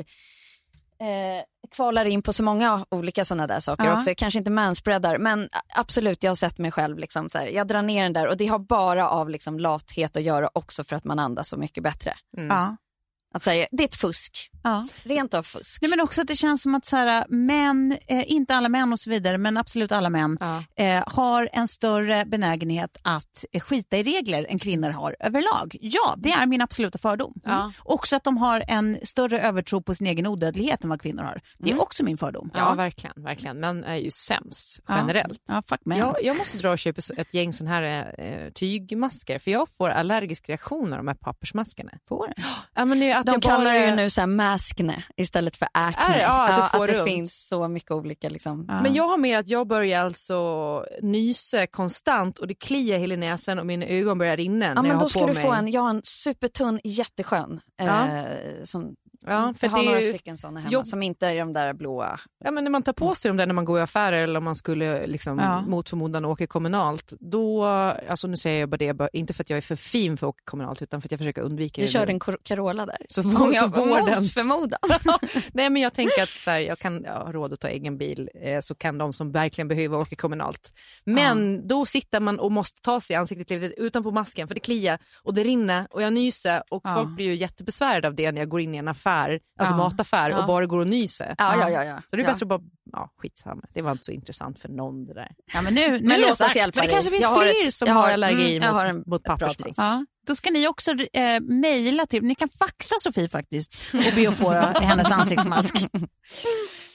Eh, kvalar in på så många olika sådana där saker ja. också. Kanske inte manspreadar, men absolut, jag har sett mig själv liksom så här, jag drar ner den där och det har bara av liksom lathet att göra också för att man andas så mycket bättre. Mm. Ja. Att säga, det är ett fusk. Ja. Rent av fusk. Nej, men också att det känns som att så här, män, eh, inte alla män och så vidare, men absolut alla män ja. eh, har en större benägenhet att eh, skita i regler än kvinnor har överlag. Ja, det är min absoluta fördom. Mm. Ja. Också att de har en större övertro på sin egen odödlighet än vad kvinnor har. Det är mm. också min fördom. Ja, ja, verkligen. verkligen. Män är ju sämst generellt. Ja, fuck man. Jag, jag måste dra och köpa ett gäng sån här eh, tygmasker, för jag får allergisk reaktion av de här pappersmaskerna. Får ja, men det, att de jag kallar bara... det ju nu så här maskne istället för acne. Ja, ja, att, att det runt. finns så mycket olika liksom. Ja. Men jag har med att jag börjar alltså nysa konstant och det kliar hela näsan och mina ögon börjar rinna. Ja, när men jag då har ska på du mig. få en, jag har en supertunn, jätteskön ja. eh, som Ja, för jag har det några är ju... stycken sådana hemma jo... som inte är de där blåa. Ja, men när man tar på sig dem där när man går i affärer eller om man skulle liksom ja. mot förmodan åka kommunalt, då, alltså nu säger jag bara det, inte för att jag är för fin för att åka kommunalt utan för att jag försöker undvika du det. Du kör en Carola där. Så, får, så får den. Förmodan. Nej, men jag tänker att så här, jag kan ja, ha råd att ta egen bil eh, så kan de som verkligen behöver åka kommunalt. Men ja. då sitter man och måste ta sig ansiktet lite utanpå masken för det kliar och det rinner och jag nyser och ja. folk blir ju jättebesvärade av det när jag går in i en affär, alltså ja. mataffär ja. och bara går och nyser. Ja, ja, ja, ja. Så det är ja. bättre att bara, ja, skitsamma. Det var inte så intressant för någon det där. Ja, men nu, nu men låt oss hjälpa men det kanske finns jag fler ett, som har, har allergi mm, mot, har en, mot pappersmask. Ja. Då ska ni också eh, mejla till, ni kan faxa Sofie faktiskt och be att få hennes ansiktsmask.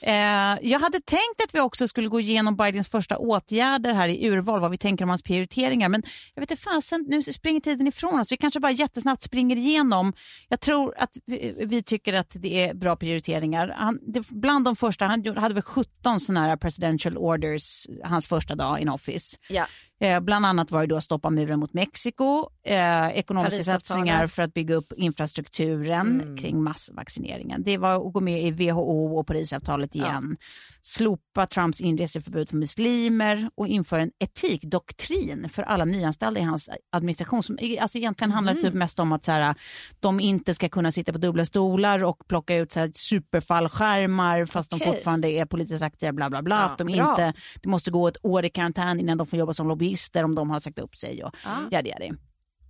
Eh, jag hade tänkt att vi också skulle gå igenom Bidens första åtgärder här i urval, vad vi tänker om hans prioriteringar. Men jag vet inte, fasen, nu springer tiden ifrån oss. Vi kanske bara jättesnabbt springer igenom. Jag tror att vi, vi tycker att det är bra prioriteringar. Han, det, bland de första, han hade väl sjutton sådana här presidential orders hans första dag in office. Ja. Eh, bland annat var det då att stoppa muren mot Mexiko, eh, ekonomiska satsningar för att bygga upp infrastrukturen mm. kring massvaccineringen. Det var att gå med i W H O och Parisavtalet igen. Ja. Slopa Trumps inreseförbud för muslimer och införa en etikdoktrin för alla nyanställda i hans administration. Som alltså egentligen mm. handlar typ mest om att så här, de inte ska kunna sitta på dubbla stolar och plocka ut så här, superfallskärmar fast okay. de fortfarande är politiskt aktiva, bla bla bla. Ja, att de inte, det måste gå ett år i karantän innan de får jobba som lobbyister om de har sagt upp sig. Och, ja. Ja, det är det.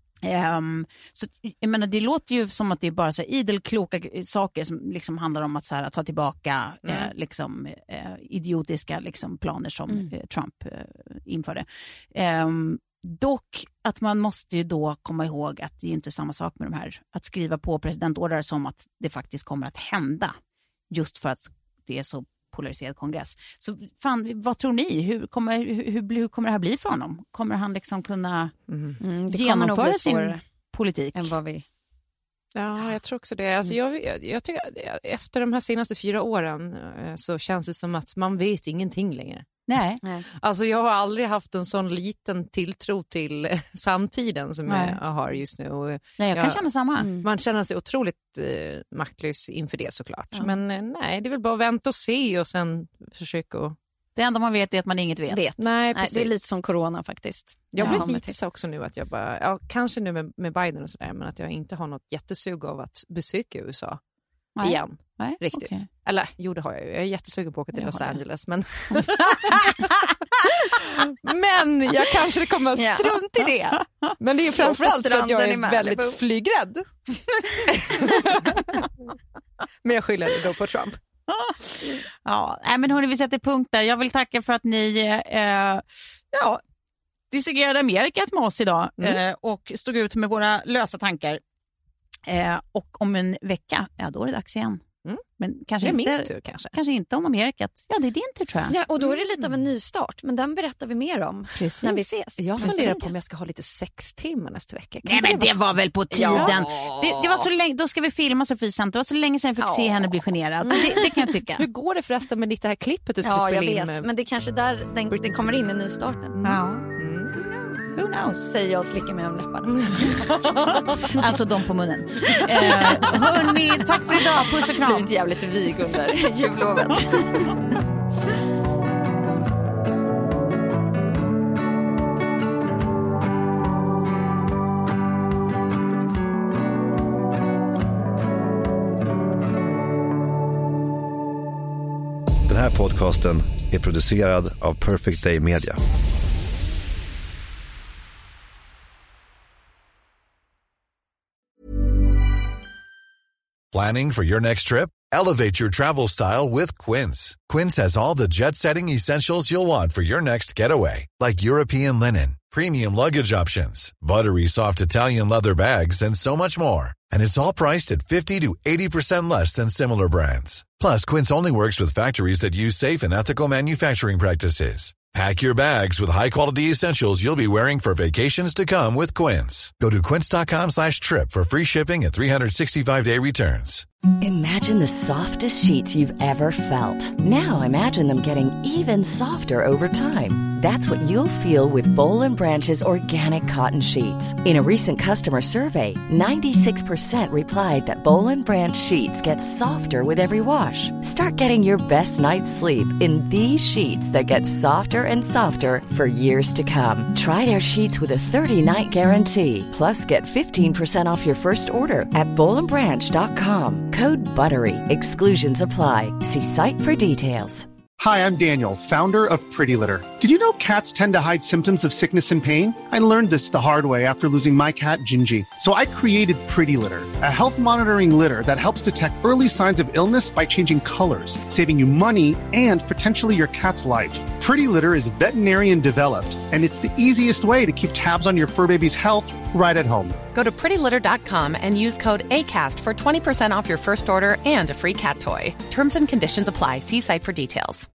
Um, så, jag menar, det låter ju som att det är bara så här idelkloka saker som liksom handlar om att, så här, att ta tillbaka mm. eh, liksom, eh, idiotiska liksom, planer som mm. eh, Trump eh, införde. Um, dock att man måste ju då komma ihåg att det är inte samma sak med de här att skriva på presidentordrar som att det faktiskt kommer att hända just för att det är så polariserad kongress. Så fan, vad tror ni? Hur kommer, hur, hur kommer det här bli för honom? Kommer han liksom kunna mm. Mm, genomföra sin politik? Än vad vi... Ja, jag tror också det. Alltså jag, jag, jag tycker, efter de här senaste fyra åren så känns det som att man vet ingenting längre. Nej. Nej. Alltså jag har aldrig haft en sån liten tilltro till samtiden som nej. jag har just nu. Och nej, jag, jag kan känna samma. Mm. Man känner sig otroligt eh, maktlös inför det såklart. Ja. Men eh, nej, det är väl bara att vänta och se och sen försöka och... Det enda man vet är att man inget vet. vet. Nej, nej, det är lite som corona faktiskt. Jag blir ja, lite så också nu att jag bara, ja, kanske nu med, med Biden och sådär, men att jag inte har något jättesug av att besöka U S A nej. igen. Nej, riktigt. Okay. Eller, jo det har jag ju. Jag är jättesugen på att åka till jag Los Angeles. Men... men jag kanske kommer att strunt i det. Men det är framförallt för att jag är väldigt flygrädd. Men jag skyller det då på Trump. Ja, men hörni, vi sätter punkt där. Jag vill tacka för att ni eh, ja, dissegerade Amerikat med oss idag mm. eh, och stod ut med våra lösa tankar. Eh, och om en vecka, ja då är det dags igen. Mm. Men kanske det är inte, min tur kanske. Kanske inte om Amerikat. Ja, det är din tur tror jag. Ja, och då är det lite av en ny start, men den berättar vi mer om Precis. när vi ses. Jag funderar på om jag ska ha lite sex timmar nästa vecka. Kan Nej, men det var, var väl på tiden. Ja. Det, det var så länge, då ska vi filma Sofie samt. Det var så länge sedan jag fick ja. se henne bli generad. Det, det kan jag tycka. Hur går det förresten med ditt här klippet du ska ja, spela in? Ja, jag vet. Med... Men det är kanske där den, den kommer in i nystarten. Mm. Ja. Who knows? Säger jag och slickar mig om läpparna. Alltså de på munnen. Eh, hörni, tack för idag. Puss och kram. Du är inte jävligt vig under jullovet. Den här podcasten är producerad av Perfect Day Media. Planning for your next trip? Elevate your travel style with Quince. Quince has all the jet-setting essentials you'll want for your next getaway, like European linen, premium luggage options, buttery soft Italian leather bags, and so much more. And it's all priced at fifty to eighty percent less than similar brands. Plus, Quince only works with factories that use safe and ethical manufacturing practices. Pack your bags with high-quality essentials you'll be wearing for vacations to come with Quince. Go to quince.com slash trip for free shipping and three sixty-five day returns. Imagine the softest sheets you've ever felt. Now imagine them getting even softer over time. That's what you'll feel with Boll and Branch's organic cotton sheets. In a recent customer survey, ninety-six percent replied that Boll and Branch sheets get softer with every wash. Start getting your best night's sleep in these sheets that get softer and softer for years to come. Try their sheets with a thirty night guarantee. Plus, get fifteen percent off your first order at boll and branch dot com. Code BUTTERY. Exclusions apply. See site for details. Hi, I'm Daniel, founder of Pretty Litter. Did you know cats tend to hide symptoms of sickness and pain? I learned this the hard way after losing my cat, Gingy. So I created Pretty Litter, a health monitoring litter that helps detect early signs of illness by changing colors, saving you money and potentially your cat's life. Pretty Litter is veterinarian developed, and it's the easiest way to keep tabs on your fur baby's health right at home. Go to pretty litter dot com and use code ACAST for twenty percent off your first order and a free cat toy. Terms and conditions apply. See site for details.